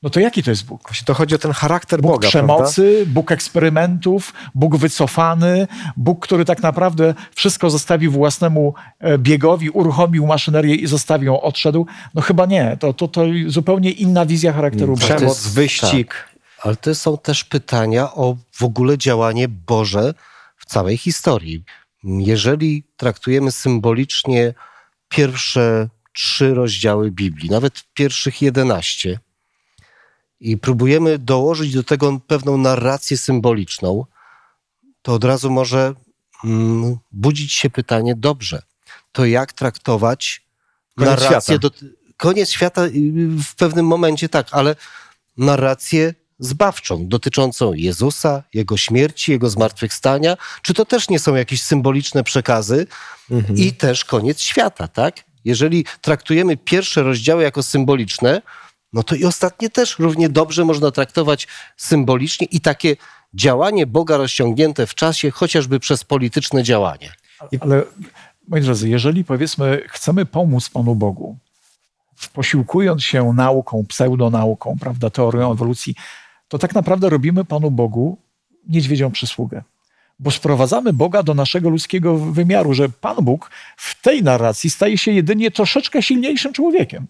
no to jaki to jest Bóg? Właśnie to chodzi o ten charakter Bóg Boga, przemocy, prawda? Bóg eksperymentów, Bóg wycofany, Bóg, który tak naprawdę wszystko zostawił własnemu biegowi, uruchomił maszynerię i zostawił ją, odszedł. No chyba nie. To, to, to zupełnie inna wizja charakteru Boga. Przemoc, jest- wyścig. tak. Ale to są też pytania o w ogóle działanie Boże w całej historii. Jeżeli traktujemy symbolicznie pierwsze trzy rozdziały Biblii, nawet pierwszych jedenaście, i próbujemy dołożyć do tego pewną narrację symboliczną, to od razu może mm, budzić się pytanie, dobrze, to jak traktować Koniec narrację... świata. Do, koniec świata y, w pewnym momencie tak, ale narrację zbawczą, dotyczącą Jezusa, Jego śmierci, Jego zmartwychwstania. Czy to też nie są jakieś symboliczne przekazy? Mhm. I też koniec świata, tak? Jeżeli traktujemy pierwsze rozdziały jako symboliczne, no to i ostatnie też równie dobrze można traktować symbolicznie i takie działanie Boga rozciągnięte w czasie, chociażby przez polityczne działanie. Ale moi drodzy, jeżeli powiedzmy chcemy pomóc Panu Bogu, posiłkując się nauką, pseudonauką, prawda, teorią ewolucji, to tak naprawdę robimy Panu Bogu niedźwiedzią przysługę. Bo sprowadzamy Boga do naszego ludzkiego wymiaru, że Pan Bóg w tej narracji staje się jedynie troszeczkę silniejszym człowiekiem.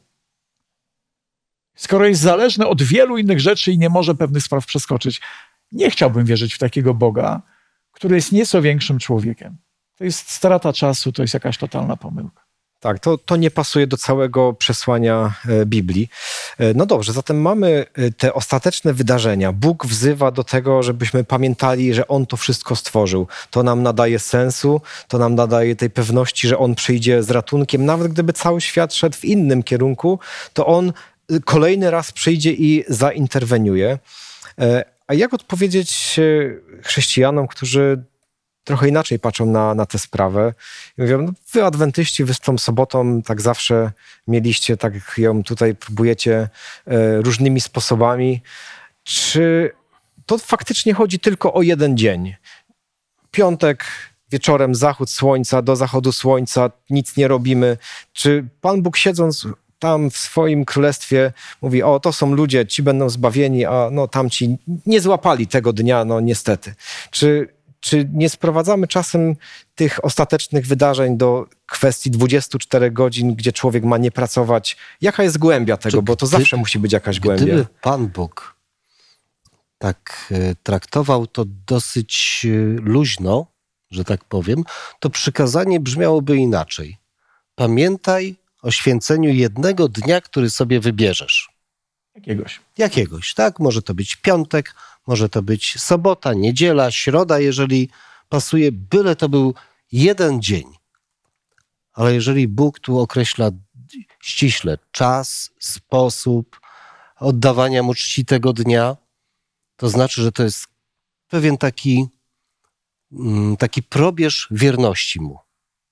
Skoro jest zależny od wielu innych rzeczy i nie może pewnych spraw przeskoczyć, nie chciałbym wierzyć w takiego Boga, który jest nieco większym człowiekiem. To jest strata czasu, to jest jakaś totalna pomyłka. Tak, to, to nie pasuje do całego przesłania e, Biblii. E, No dobrze, zatem mamy e, te ostateczne wydarzenia. Bóg wzywa do tego, żebyśmy pamiętali, że On to wszystko stworzył. To nam nadaje sensu, to nam nadaje tej pewności, że On przyjdzie z ratunkiem. Nawet gdyby cały świat szedł w innym kierunku, to On e, kolejny raz przyjdzie i zainterweniuje. E, A jak odpowiedzieć e, chrześcijanom, którzy trochę inaczej patrzą na, na tę sprawę i mówią, no wy adwentyści, wy z tą sobotą tak zawsze mieliście, tak ją tutaj próbujecie e, różnymi sposobami. Czy to faktycznie chodzi tylko o jeden dzień? Piątek wieczorem, zachód słońca, do zachodu słońca, nic nie robimy. Czy Pan Bóg siedząc tam w swoim królestwie mówi, o to są ludzie, ci będą zbawieni, a no tamci nie złapali tego dnia, no niestety. Czy Czy nie sprowadzamy czasem tych ostatecznych wydarzeń do kwestii dwudziestu czterech godzin, gdzie człowiek ma nie pracować? Jaka jest głębia tego? Czy Bo to gdy- zawsze musi być jakaś głębia. Gdyby Pan Bóg tak e, traktował to dosyć e, luźno, że tak powiem, to przykazanie brzmiałoby inaczej. Pamiętaj o święceniu jednego dnia, który sobie wybierzesz. Jakiegoś. Jakiegoś, tak? Może to być piątek, może to być sobota, niedziela, środa, jeżeli pasuje, byle to był jeden dzień. Ale jeżeli Bóg tu określa ściśle czas, sposób oddawania mu czci tego dnia, to znaczy, że to jest pewien taki, mm, taki probierz wierności mu.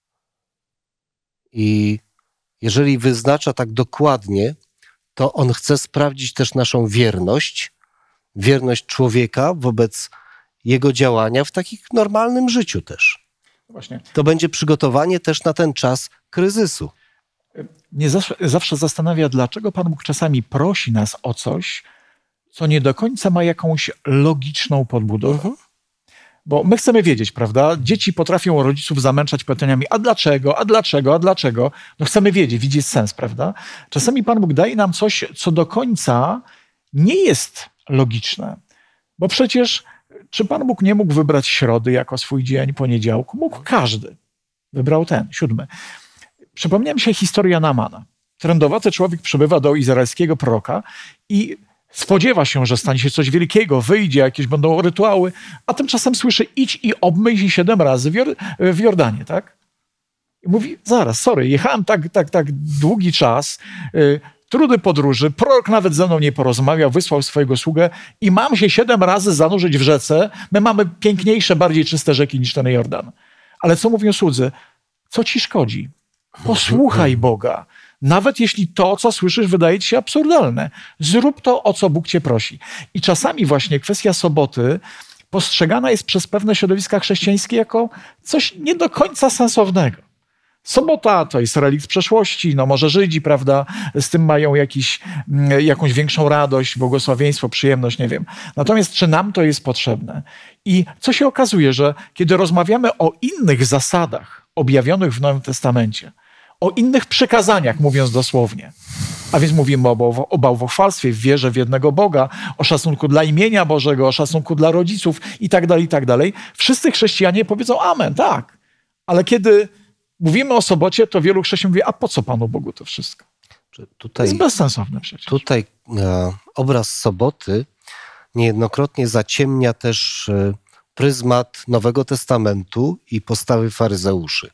I jeżeli wyznacza tak dokładnie, to on chce sprawdzić też naszą wierność, wierność człowieka wobec jego działania w takim normalnym życiu też. Właśnie. To będzie przygotowanie też na ten czas kryzysu. Mnie zawsze, zawsze zastanawia, dlaczego Pan Bóg czasami prosi nas o coś, co nie do końca ma jakąś logiczną podbudowę. Mhm. Bo my chcemy wiedzieć, prawda? Dzieci potrafią rodziców zamęczać pytaniami, a dlaczego, a dlaczego, a dlaczego? No chcemy wiedzieć, widzieć sens, prawda? Czasami Pan Bóg daje nam coś, co do końca nie jest logiczne. Bo przecież, czy Pan Bóg nie mógł wybrać środy jako swój dzień, poniedziałku? Mógł każdy. Wybrał ten, siódmy. Przypomniała mi się historia Naamana. Trędowaty człowiek przybywa do izraelskiego proroka i spodziewa się, że stanie się coś wielkiego, wyjdzie, jakieś będą rytuały, a tymczasem słyszy, idź i obmyj się siedem razy w, Jor- w Jordanie, tak? I mówi, zaraz, sorry, jechałem tak, tak, tak długi czas, y, trudy podróży, prorok nawet ze mną nie porozmawiał, wysłał swojego sługę i mam się siedem razy zanurzyć w rzece, my mamy piękniejsze, bardziej czyste rzeki niż ten Jordan. Ale co mówią słudzy? Co ci szkodzi? Posłuchaj Boga. Nawet jeśli to, co słyszysz, wydaje ci się absurdalne. Zrób to, o co Bóg cię prosi. I czasami właśnie kwestia soboty postrzegana jest przez pewne środowiska chrześcijańskie jako coś nie do końca sensownego. Sobota to jest relikt przeszłości, no może Żydzi, prawda, z tym mają jakiś, jakąś większą radość, błogosławieństwo, przyjemność, nie wiem. Natomiast czy nam to jest potrzebne? I co się okazuje, że kiedy rozmawiamy o innych zasadach objawionych w Nowym Testamencie, o innych przykazaniach, mówiąc dosłownie, a więc mówimy o, o bałwochwalstwie, w wierze w jednego Boga, o szacunku dla imienia Bożego, o szacunku dla rodziców i tak dalej, i tak dalej, wszyscy chrześcijanie powiedzą amen, tak. Ale kiedy mówimy o sobocie, to wielu chrześcijan mówi, a po co Panu Bogu to wszystko? Tutaj, to jest bezsensowne przecież. Tutaj e, obraz soboty niejednokrotnie zaciemnia też e, pryzmat Nowego Testamentu i postawy faryzeuszy,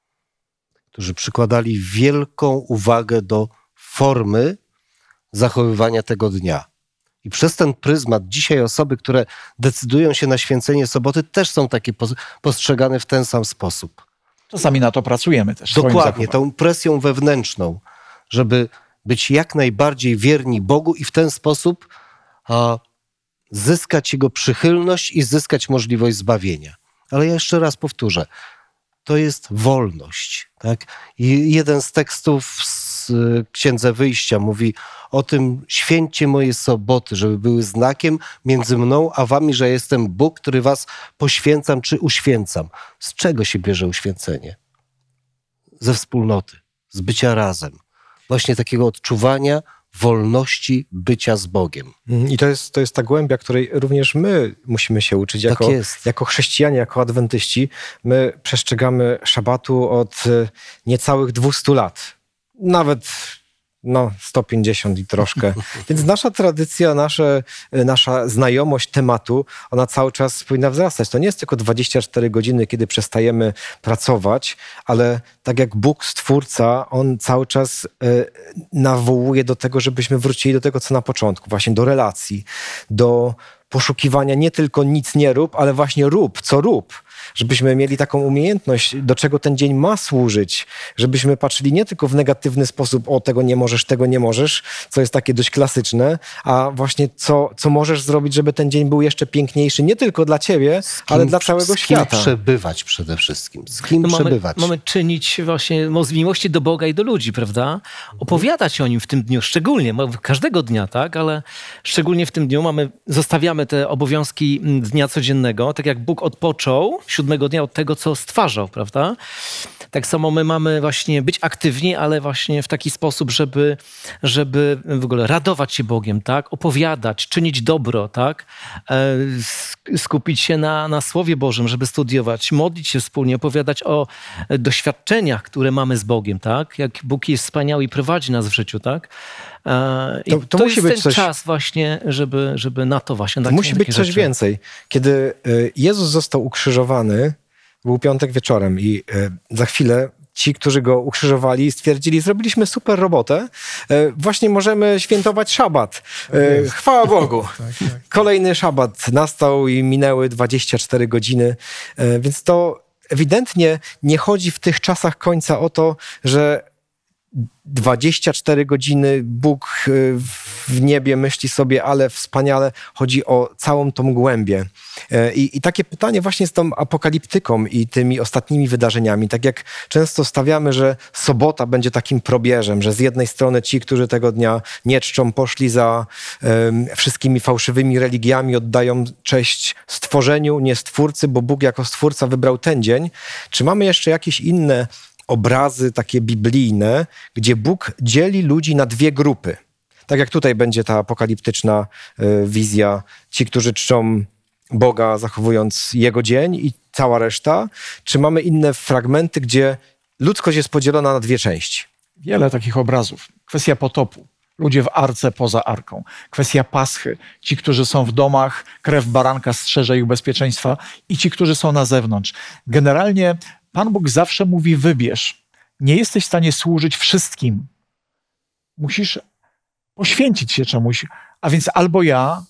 którzy przykładali wielką uwagę do formy zachowywania tego dnia. I przez ten pryzmat dzisiaj osoby, które decydują się na święcenie soboty, też są takie postrzegane w ten sam sposób. Czasami na to pracujemy też. Dokładnie, tą presją wewnętrzną, żeby być jak najbardziej wierni Bogu i w ten sposób a, zyskać Jego przychylność i zyskać możliwość zbawienia. Ale ja jeszcze raz powtórzę, to jest wolność. Tak? I jeden z tekstów z Księdze Wyjścia mówi o tym, święćcie moje soboty, żeby były znakiem między mną a wami, że jestem Bóg, który was poświęcam czy uświęcam. Z czego się bierze uświęcenie? Ze wspólnoty, z bycia razem. Właśnie takiego odczuwania wolności bycia z Bogiem. I to jest, to jest ta głębia, której również my musimy się uczyć jako, tak jest. jako chrześcijanie, jako adwentyści. My przestrzegamy szabatu od niecałych dwustu lat. Nawet no, sto pięćdziesiąt i troszkę. Więc nasza tradycja, nasze, nasza znajomość tematu, ona cały czas powinna wzrastać. To nie jest tylko dwadzieścia cztery godziny, kiedy przestajemy pracować, ale tak jak Bóg, Stwórca, On cały czas y, nawołuje do tego, żebyśmy wrócili do tego, co na początku. Właśnie do relacji, do poszukiwania nie tylko nic nie rób, ale właśnie rób, co rób. Żebyśmy mieli taką umiejętność, do czego ten dzień ma służyć. Żebyśmy patrzyli nie tylko w negatywny sposób, o tego nie możesz, tego nie możesz, co jest takie dość klasyczne, a właśnie co, co możesz zrobić, żeby ten dzień był jeszcze piękniejszy, nie tylko dla ciebie, ale dla całego z kim świata. przebywać przede wszystkim. Z kim No mamy, przebywać. mamy czynić właśnie z miłości do Boga i do ludzi, prawda? Opowiadać o Nim w tym dniu, szczególnie, każdego dnia, tak? Ale szczególnie w tym dniu mamy, zostawiamy te obowiązki dnia codziennego, tak jak Bóg odpoczął siódmego dnia od tego, co stwarzał, prawda? Tak samo my mamy właśnie być aktywni, ale właśnie w taki sposób, żeby, żeby w ogóle radować się Bogiem, tak? Opowiadać, czynić dobro, tak? E, skupić się na, na Słowie Bożym, żeby studiować, modlić się wspólnie, opowiadać o doświadczeniach, które mamy z Bogiem, tak? Jak Bóg jest wspaniały i prowadzi nas w życiu, tak? E, I To- to, to to musi jest być ten coś- czas właśnie, żeby, żeby na to właśnie... To na musi takie być coś rzeczy. więcej. Kiedy y, Jezus został ukrzyżowany, był piątek wieczorem i y, za chwilę ci, którzy go ukrzyżowali, stwierdzili, zrobiliśmy super robotę, y, właśnie możemy świętować szabat. Y, chwała Bogu. Kolejny szabat nastał i minęły dwadzieścia cztery godziny, y, więc to ewidentnie nie chodzi w tych czasach końca o to, że dwadzieścia cztery godziny Bóg w niebie myśli sobie, ale wspaniale. Chodzi o całą tą głębię. I, I takie pytanie właśnie z tą apokaliptyką i tymi ostatnimi wydarzeniami. Tak jak często stawiamy, że sobota będzie takim probierzem, że z jednej strony ci, którzy tego dnia nie czczą, poszli za um, wszystkimi fałszywymi religiami, oddają cześć stworzeniu, nie stwórcy, bo Bóg jako stwórca wybrał ten dzień. Czy mamy jeszcze jakieś inne obrazy takie biblijne, gdzie Bóg dzieli ludzi na dwie grupy? Tak jak tutaj będzie ta apokaliptyczna y, wizja. Ci, którzy czczą Boga, zachowując Jego dzień i cała reszta. Czy mamy inne fragmenty, gdzie ludzkość jest podzielona na dwie części? Wiele takich obrazów. Kwestia potopu. Ludzie w arce poza arką. Kwestia paschy. Ci, którzy są w domach, krew baranka strzeże ich bezpieczeństwa i ci, którzy są na zewnątrz. Generalnie Pan Bóg zawsze mówi wybierz. Nie jesteś w stanie służyć wszystkim. Musisz poświęcić się czemuś. A więc albo ja,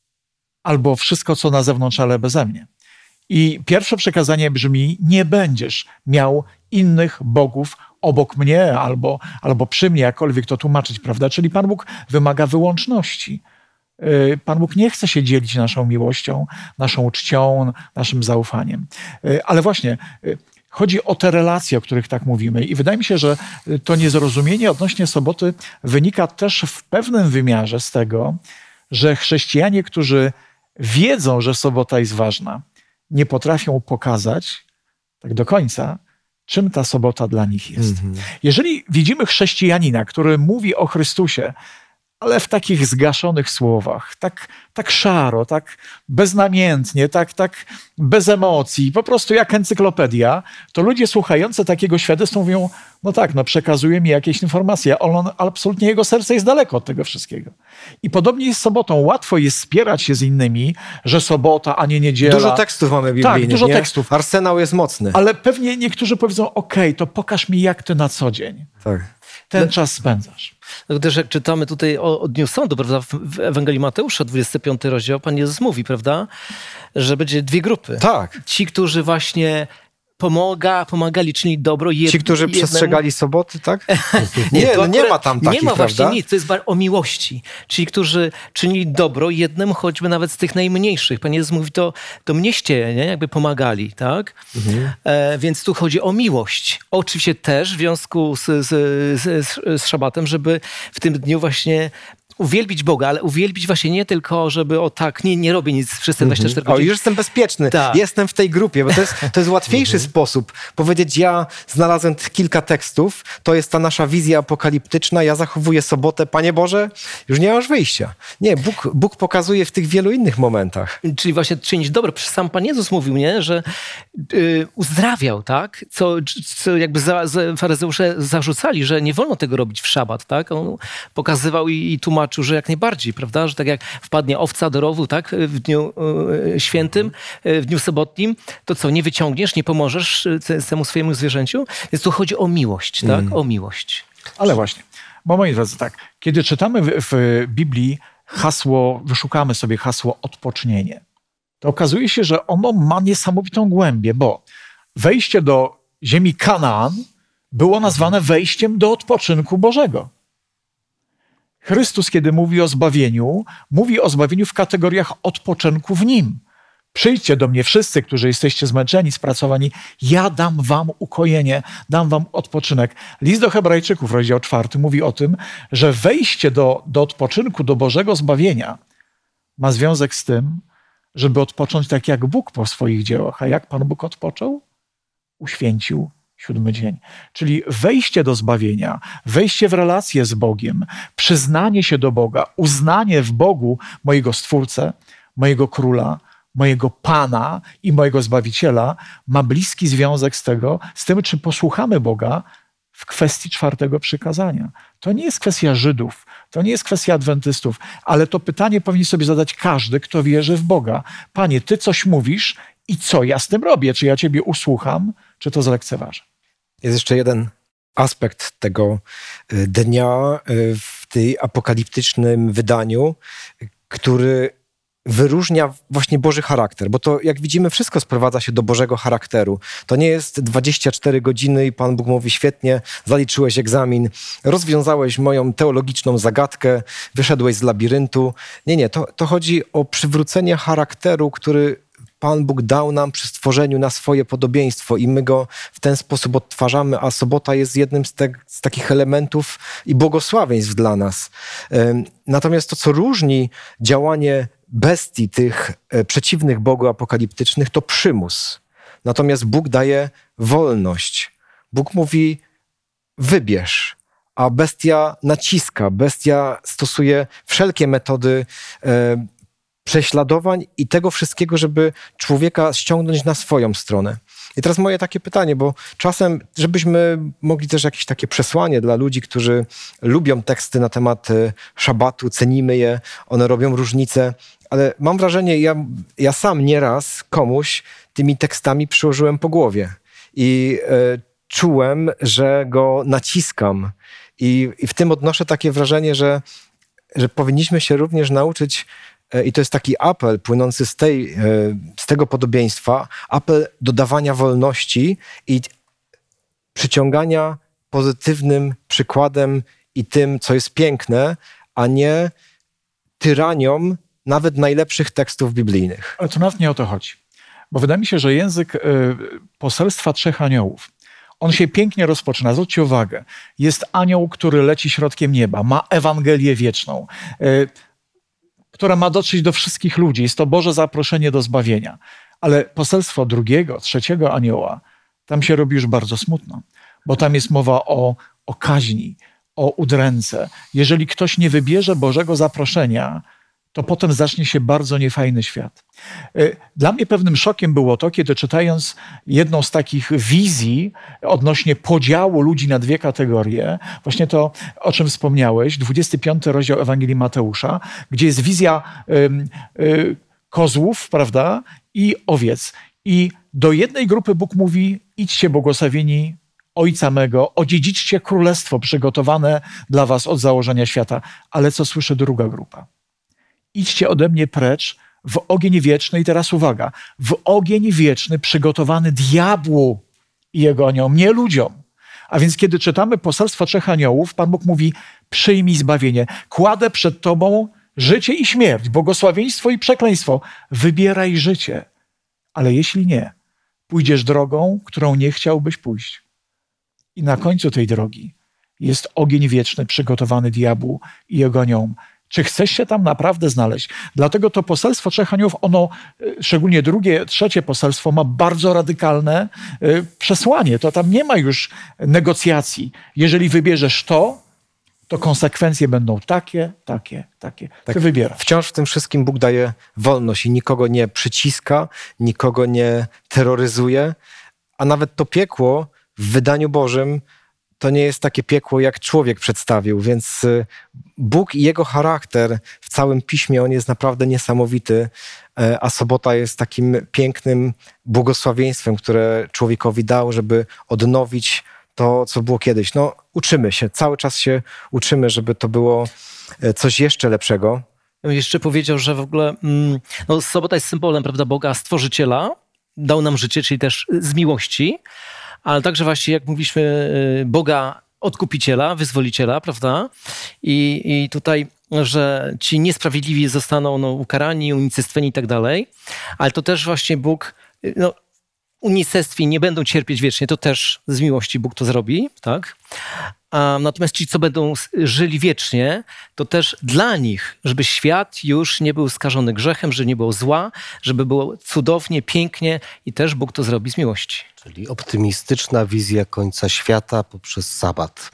albo wszystko, co na zewnątrz, ale beze mnie. I pierwsze przekazanie brzmi, nie będziesz miał innych bogów obok mnie albo, albo przy mnie, jakkolwiek to tłumaczyć, prawda? Czyli Pan Bóg wymaga wyłączności. Pan Bóg nie chce się dzielić naszą miłością, naszą czcią, naszym zaufaniem. Ale właśnie, Chodzi o te relacje, o których tak mówimy. I wydaje mi się, że to niezrozumienie odnośnie soboty wynika też w pewnym wymiarze z tego, że chrześcijanie, którzy wiedzą, że sobota jest ważna, nie potrafią pokazać tak do końca, czym ta sobota dla nich jest. Mm-hmm. Jeżeli widzimy chrześcijanina, który mówi o Chrystusie, ale w takich zgaszonych słowach, tak, tak szaro, tak beznamiętnie, tak, tak bez emocji, po prostu jak encyklopedia, to ludzie słuchający takiego świadectwa mówią, no tak, no przekazuje mi jakieś informacje, on, absolutnie jego serce jest daleko od tego wszystkiego. I podobnie jest z sobotą. Łatwo jest spierać się z innymi, że sobota, a nie niedziela. Dużo tekstów mamy biblijnych, Tak, dużo nie? tekstów. Arsenał jest mocny. Ale pewnie niektórzy powiedzą, okej, to pokaż mi, jak ty na co dzień Tak. ten No, czas spędzasz. no też jak czytamy tutaj o, o Dniu Sądu, prawda, w Ewangelii Mateusza, dwudziesty piąty rozdział, Pan Jezus mówi, prawda, że będzie dwie grupy. Tak. Ci, którzy właśnie pomaga, pomagali czynić dobro. Jed, Ci, którzy jednemu... przestrzegali soboty, tak? nie, to no nie ma tam takich, Nie ma właśnie prawda? nic, to jest o miłości. Ci, którzy czynili dobro jednemu, choćby nawet z tych najmniejszych. Pan Jezus mówi, to, to mnieście, nie? Jakby pomagali, tak? Mhm. E, więc tu chodzi o miłość. Oczywiście też w związku z, z, z, z szabatem, żeby w tym dniu właśnie uwielbić Boga, ale uwielbić właśnie nie tylko, żeby o tak, nie, nie robię nic przez te dwadzieścia cztery O, godziny. już jestem bezpieczny, Tak. jestem w tej grupie, bo to jest, to jest łatwiejszy sposób powiedzieć, ja znalazłem tych kilka tekstów, to jest ta nasza wizja apokaliptyczna, ja zachowuję sobotę, Panie Boże, już nie masz wyjścia. Nie, Bóg, Bóg pokazuje w tych wielu innych momentach. Czyli właśnie czynić dobro. Przecież sam Pan Jezus mówił, nie, że y, uzdrawiał, tak? Co, co jakby za, za faryzeusze zarzucali, że nie wolno tego robić w szabat, tak? On pokazywał i, i tłumaczył, że jak najbardziej, prawda? Że tak jak wpadnie owca do rowu, tak? W dniu y, świętym, y, w dniu sobotnim, to co, nie wyciągniesz, nie pomożesz temu swojemu zwierzęciu? Więc tu chodzi o miłość, tak? Mm. O miłość. Ale właśnie, bo moi drodzy, tak, kiedy czytamy w, w Biblii hasło, wyszukamy sobie hasło odpocznienie, to okazuje się, że ono ma niesamowitą głębię, bo wejście do ziemi Kanaan było nazwane wejściem do odpoczynku Bożego. Chrystus, kiedy mówi o zbawieniu, mówi o zbawieniu w kategoriach odpoczynku w Nim. Przyjdźcie do mnie wszyscy, którzy jesteście zmęczeni, spracowani, ja dam wam ukojenie, dam wam odpoczynek. List do Hebrajczyków, rozdział czwarty, mówi o tym, że wejście do, do odpoczynku, do Bożego zbawienia ma związek z tym, żeby odpocząć tak jak Bóg po swoich dziełach. A jak Pan Bóg odpoczął? Uświęcił siódmy dzień. Czyli wejście do zbawienia, wejście w relację z Bogiem, przyznanie się do Boga, uznanie w Bogu mojego Stwórcę, mojego Króla, mojego Pana i mojego Zbawiciela ma bliski związek z tego, z tym, czy posłuchamy Boga w kwestii czwartego przykazania. To nie jest kwestia Żydów, to nie jest kwestia adwentystów, ale to pytanie powinien sobie zadać każdy, kto wierzy w Boga. Panie, Ty coś mówisz i co ja z tym robię? Czy ja Ciebie usłucham, czy to zlekceważę? Jest jeszcze jeden aspekt tego dnia w tej apokaliptycznym wydaniu, który wyróżnia właśnie Boży charakter, bo to, jak widzimy, wszystko sprowadza się do Bożego charakteru. To nie jest dwadzieścia cztery godziny i Pan Bóg mówi, świetnie, zaliczyłeś egzamin, rozwiązałeś moją teologiczną zagadkę, wyszedłeś z labiryntu. Nie, nie, to, to chodzi o przywrócenie charakteru, który Pan Bóg dał nam przy stworzeniu na swoje podobieństwo i my go w ten sposób odtwarzamy, a sobota jest jednym z, te, z takich elementów i błogosławieństw dla nas. Natomiast to, co różni działanie bestii, tych przeciwnych Bogu apokaliptycznych, to przymus. Natomiast Bóg daje wolność. Bóg mówi, wybierz, a bestia naciska. Bestia stosuje wszelkie metody e, prześladowań i tego wszystkiego, żeby człowieka ściągnąć na swoją stronę. I teraz moje takie pytanie, bo czasem, żebyśmy mogli też jakieś takie przesłanie dla ludzi, którzy lubią teksty na temat szabatu, cenimy je, one robią różnicę, ale mam wrażenie, ja, ja sam nieraz komuś tymi tekstami przyłożyłem po głowie i e, czułem, że go naciskam i, i w tym odnoszę takie wrażenie, że, że powinniśmy się również nauczyć, i to jest taki apel płynący z, tej, z tego podobieństwa, apel do dawania wolności i przyciągania pozytywnym przykładem i tym, co jest piękne, a nie tyranią nawet najlepszych tekstów biblijnych. Ale to nawet nie o to chodzi. Bo wydaje mi się, że język poselstwa trzech aniołów, on się pięknie rozpoczyna. Zwróćcie uwagę. Jest anioł, który leci środkiem nieba, ma Ewangelię wieczną, która ma dotrzeć do wszystkich ludzi. Jest to Boże zaproszenie do zbawienia. Ale poselstwo drugiego, trzeciego anioła, tam się robi już bardzo smutno, bo tam jest mowa o, o kaźni, o udręce. Jeżeli ktoś nie wybierze Bożego zaproszenia, to potem zacznie się bardzo niefajny świat. Dla mnie pewnym szokiem było to, kiedy czytając jedną z takich wizji odnośnie podziału ludzi na dwie kategorie, właśnie to, o czym wspomniałeś, dwudziesty piąty rozdział Ewangelii Mateusza, gdzie jest wizja y, y, kozłów, prawda, i owiec. I do jednej grupy Bóg mówi: idźcie błogosławieni Ojca mego, odziedziczcie królestwo przygotowane dla was od założenia świata. Ale co słyszy druga grupa? Idźcie ode mnie precz w ogień wieczny. I teraz uwaga, w ogień wieczny przygotowany diabłu i jego aniołom, nie ludziom. A więc kiedy czytamy poselstwo trzech aniołów, Pan Bóg mówi: przyjmij zbawienie. Kładę przed tobą życie i śmierć, błogosławieństwo i przekleństwo. Wybieraj życie. Ale jeśli nie, pójdziesz drogą, którą nie chciałbyś pójść. I na końcu tej drogi jest ogień wieczny przygotowany diabłu i jego aniołom. Czy chcesz się tam naprawdę znaleźć? Dlatego to poselstwo trzech aniołów, ono, szczególnie drugie, trzecie poselstwo, ma bardzo radykalne y, przesłanie. To tam nie ma już negocjacji. Jeżeli wybierzesz to, to konsekwencje będą takie, takie, takie. Ty Tak, wybierasz. wciąż w tym wszystkim Bóg daje wolność i nikogo nie przyciska, nikogo nie terroryzuje, a nawet to piekło w wydaniu Bożym to nie jest takie piekło, jak człowiek przedstawił, więc Bóg i jego charakter w całym Piśmie, on jest naprawdę niesamowity, a sobota jest takim pięknym błogosławieństwem, które człowiekowi dał, żeby odnowić to, co było kiedyś. No, uczymy się, cały czas się uczymy, żeby to było coś jeszcze lepszego. Ja bym jeszcze powiedział, że w ogóle no, sobota jest symbolem, prawda, Boga Stworzyciela. Dał nam życie, czyli też z miłości, ale także właśnie, jak mówiliśmy, Boga Odkupiciela, Wyzwoliciela, prawda? I, i tutaj, że ci niesprawiedliwi zostaną no, ukarani, unicestwieni i tak dalej, ale to też właśnie Bóg, no, unicestwi nie będą cierpieć wiecznie, to też z miłości Bóg to zrobi, tak? A natomiast ci, co będą żyli wiecznie, to też dla nich, żeby świat już nie był skażony grzechem, żeby nie było zła, żeby było cudownie, pięknie i też Bóg to zrobi z miłości. Czyli optymistyczna wizja końca świata poprzez sabat.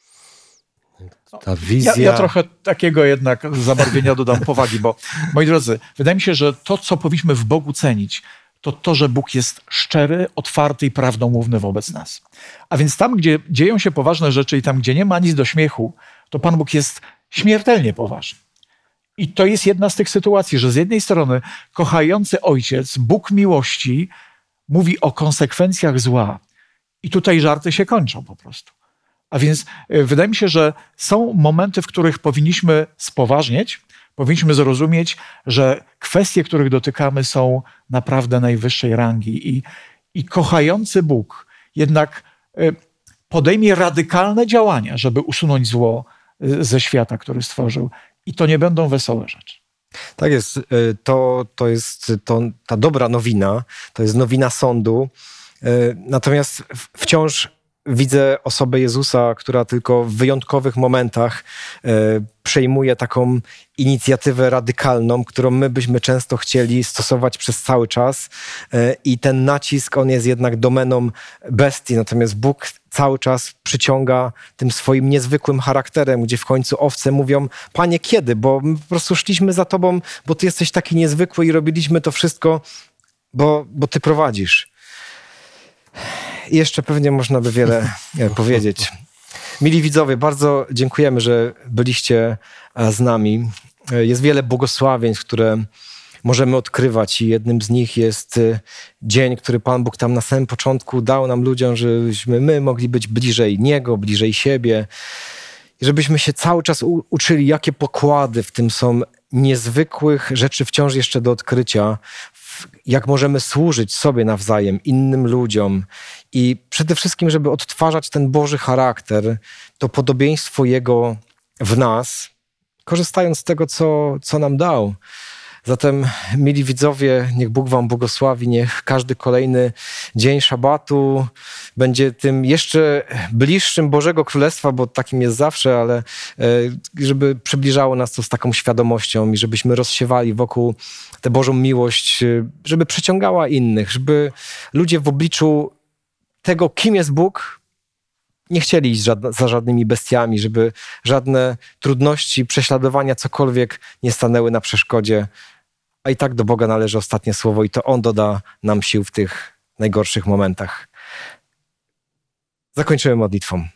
Ta wizja... Ja, ja trochę takiego jednak zabarwienia dodam powagi, bo moi drodzy, wydaje mi się, że to, co powinniśmy w Bogu cenić, to to, że Bóg jest szczery, otwarty i prawdomówny wobec nas. A więc tam, gdzie dzieją się poważne rzeczy i tam, gdzie nie ma nic do śmiechu, to Pan Bóg jest śmiertelnie poważny. I to jest jedna z tych sytuacji, że z jednej strony kochający Ojciec, Bóg miłości, mówi o konsekwencjach zła. I tutaj żarty się kończą po prostu. A więc wydaje mi się, że są momenty, w których powinniśmy spoważnieć, powinniśmy zrozumieć, że kwestie, których dotykamy, są naprawdę najwyższej rangi. I, i kochający Bóg jednak podejmie radykalne działania, żeby usunąć zło ze świata, który stworzył. I to nie będą wesołe rzeczy. Tak jest. To, to jest to, ta dobra nowina. To jest nowina sądu. Natomiast wciąż widzę osobę Jezusa, która tylko w wyjątkowych momentach e, przejmuje taką inicjatywę radykalną, którą my byśmy często chcieli stosować przez cały czas. E, I ten nacisk, on jest jednak domeną bestii. Natomiast Bóg cały czas przyciąga tym swoim niezwykłym charakterem, gdzie w końcu owce mówią: Panie, kiedy? Bo my po prostu szliśmy za Tobą, bo Ty jesteś taki niezwykły i robiliśmy to wszystko, bo, bo Ty prowadzisz. I jeszcze pewnie można by wiele powiedzieć. Mili widzowie, bardzo dziękujemy, że byliście z nami. Jest wiele błogosławieństw, które możemy odkrywać i jednym z nich jest dzień, który Pan Bóg tam na samym początku dał nam ludziom, żebyśmy my mogli być bliżej Niego, bliżej siebie i żebyśmy się cały czas u- uczyli, jakie pokłady w tym są niezwykłych rzeczy wciąż jeszcze do odkrycia, jak możemy służyć sobie nawzajem, innym ludziom i przede wszystkim, żeby odtwarzać ten Boży charakter, to podobieństwo Jego w nas, korzystając z tego, co, co nam dał. Zatem, mili widzowie, niech Bóg wam błogosławi, niech każdy kolejny dzień szabatu będzie tym jeszcze bliższym Bożego Królestwa, bo takim jest zawsze, ale żeby przybliżało nas to z taką świadomością i żebyśmy rozsiewali wokół tę Bożą miłość, żeby przyciągała innych, żeby ludzie w obliczu tego, kim jest Bóg, nie chcieli iść za żadnymi bestiami, żeby żadne trudności, prześladowania, cokolwiek nie stanęły na przeszkodzie. A i tak do Boga należy ostatnie słowo i to On doda nam sił w tych najgorszych momentach. Zakończymy modlitwą.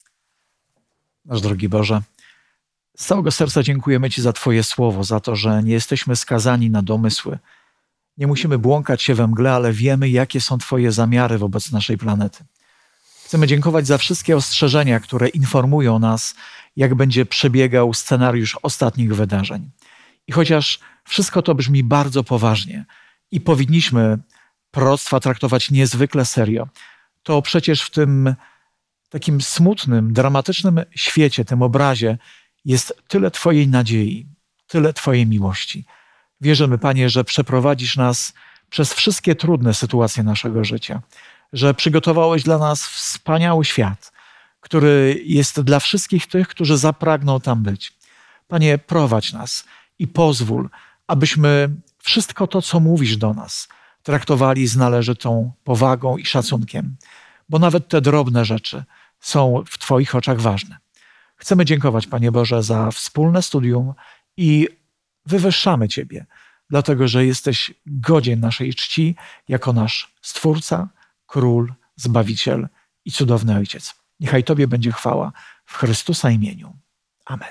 Nasz drogi Boże, z całego serca dziękujemy Ci za Twoje słowo, za to, że nie jesteśmy skazani na domysły. Nie musimy błąkać się we mgle, ale wiemy, jakie są Twoje zamiary wobec naszej planety. Chcemy dziękować za wszystkie ostrzeżenia, które informują nas, jak będzie przebiegał scenariusz ostatnich wydarzeń. I chociaż wszystko to brzmi bardzo poważnie i powinniśmy proroctwa traktować niezwykle serio, to przecież w tym takim smutnym, dramatycznym świecie, tym obrazie jest tyle Twojej nadziei, tyle Twojej miłości. Wierzymy, Panie, że przeprowadzisz nas przez wszystkie trudne sytuacje naszego życia, że przygotowałeś dla nas wspaniały świat, który jest dla wszystkich tych, którzy zapragną tam być. Panie, prowadź nas i pozwól, abyśmy wszystko to, co mówisz do nas, traktowali z należytą powagą i szacunkiem, bo nawet te drobne rzeczy są w Twoich oczach ważne. Chcemy dziękować, Panie Boże, za wspólne studium i wywyższamy Ciebie, dlatego że jesteś godzien naszej czci jako nasz Stwórca, Król, Zbawiciel i cudowny Ojciec. Niechaj Tobie będzie chwała w Chrystusa imieniu. Amen.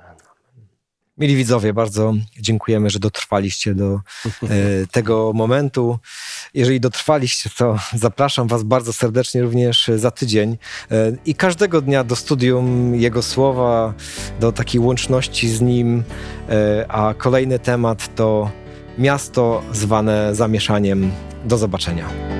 Mili widzowie, bardzo dziękujemy, że dotrwaliście do e, tego momentu. Jeżeli dotrwaliście, to zapraszam was bardzo serdecznie również za tydzień e, i każdego dnia do studium Jego Słowa, do takiej łączności z Nim, e, a kolejny temat to miasto zwane zamieszaniem. Do zobaczenia.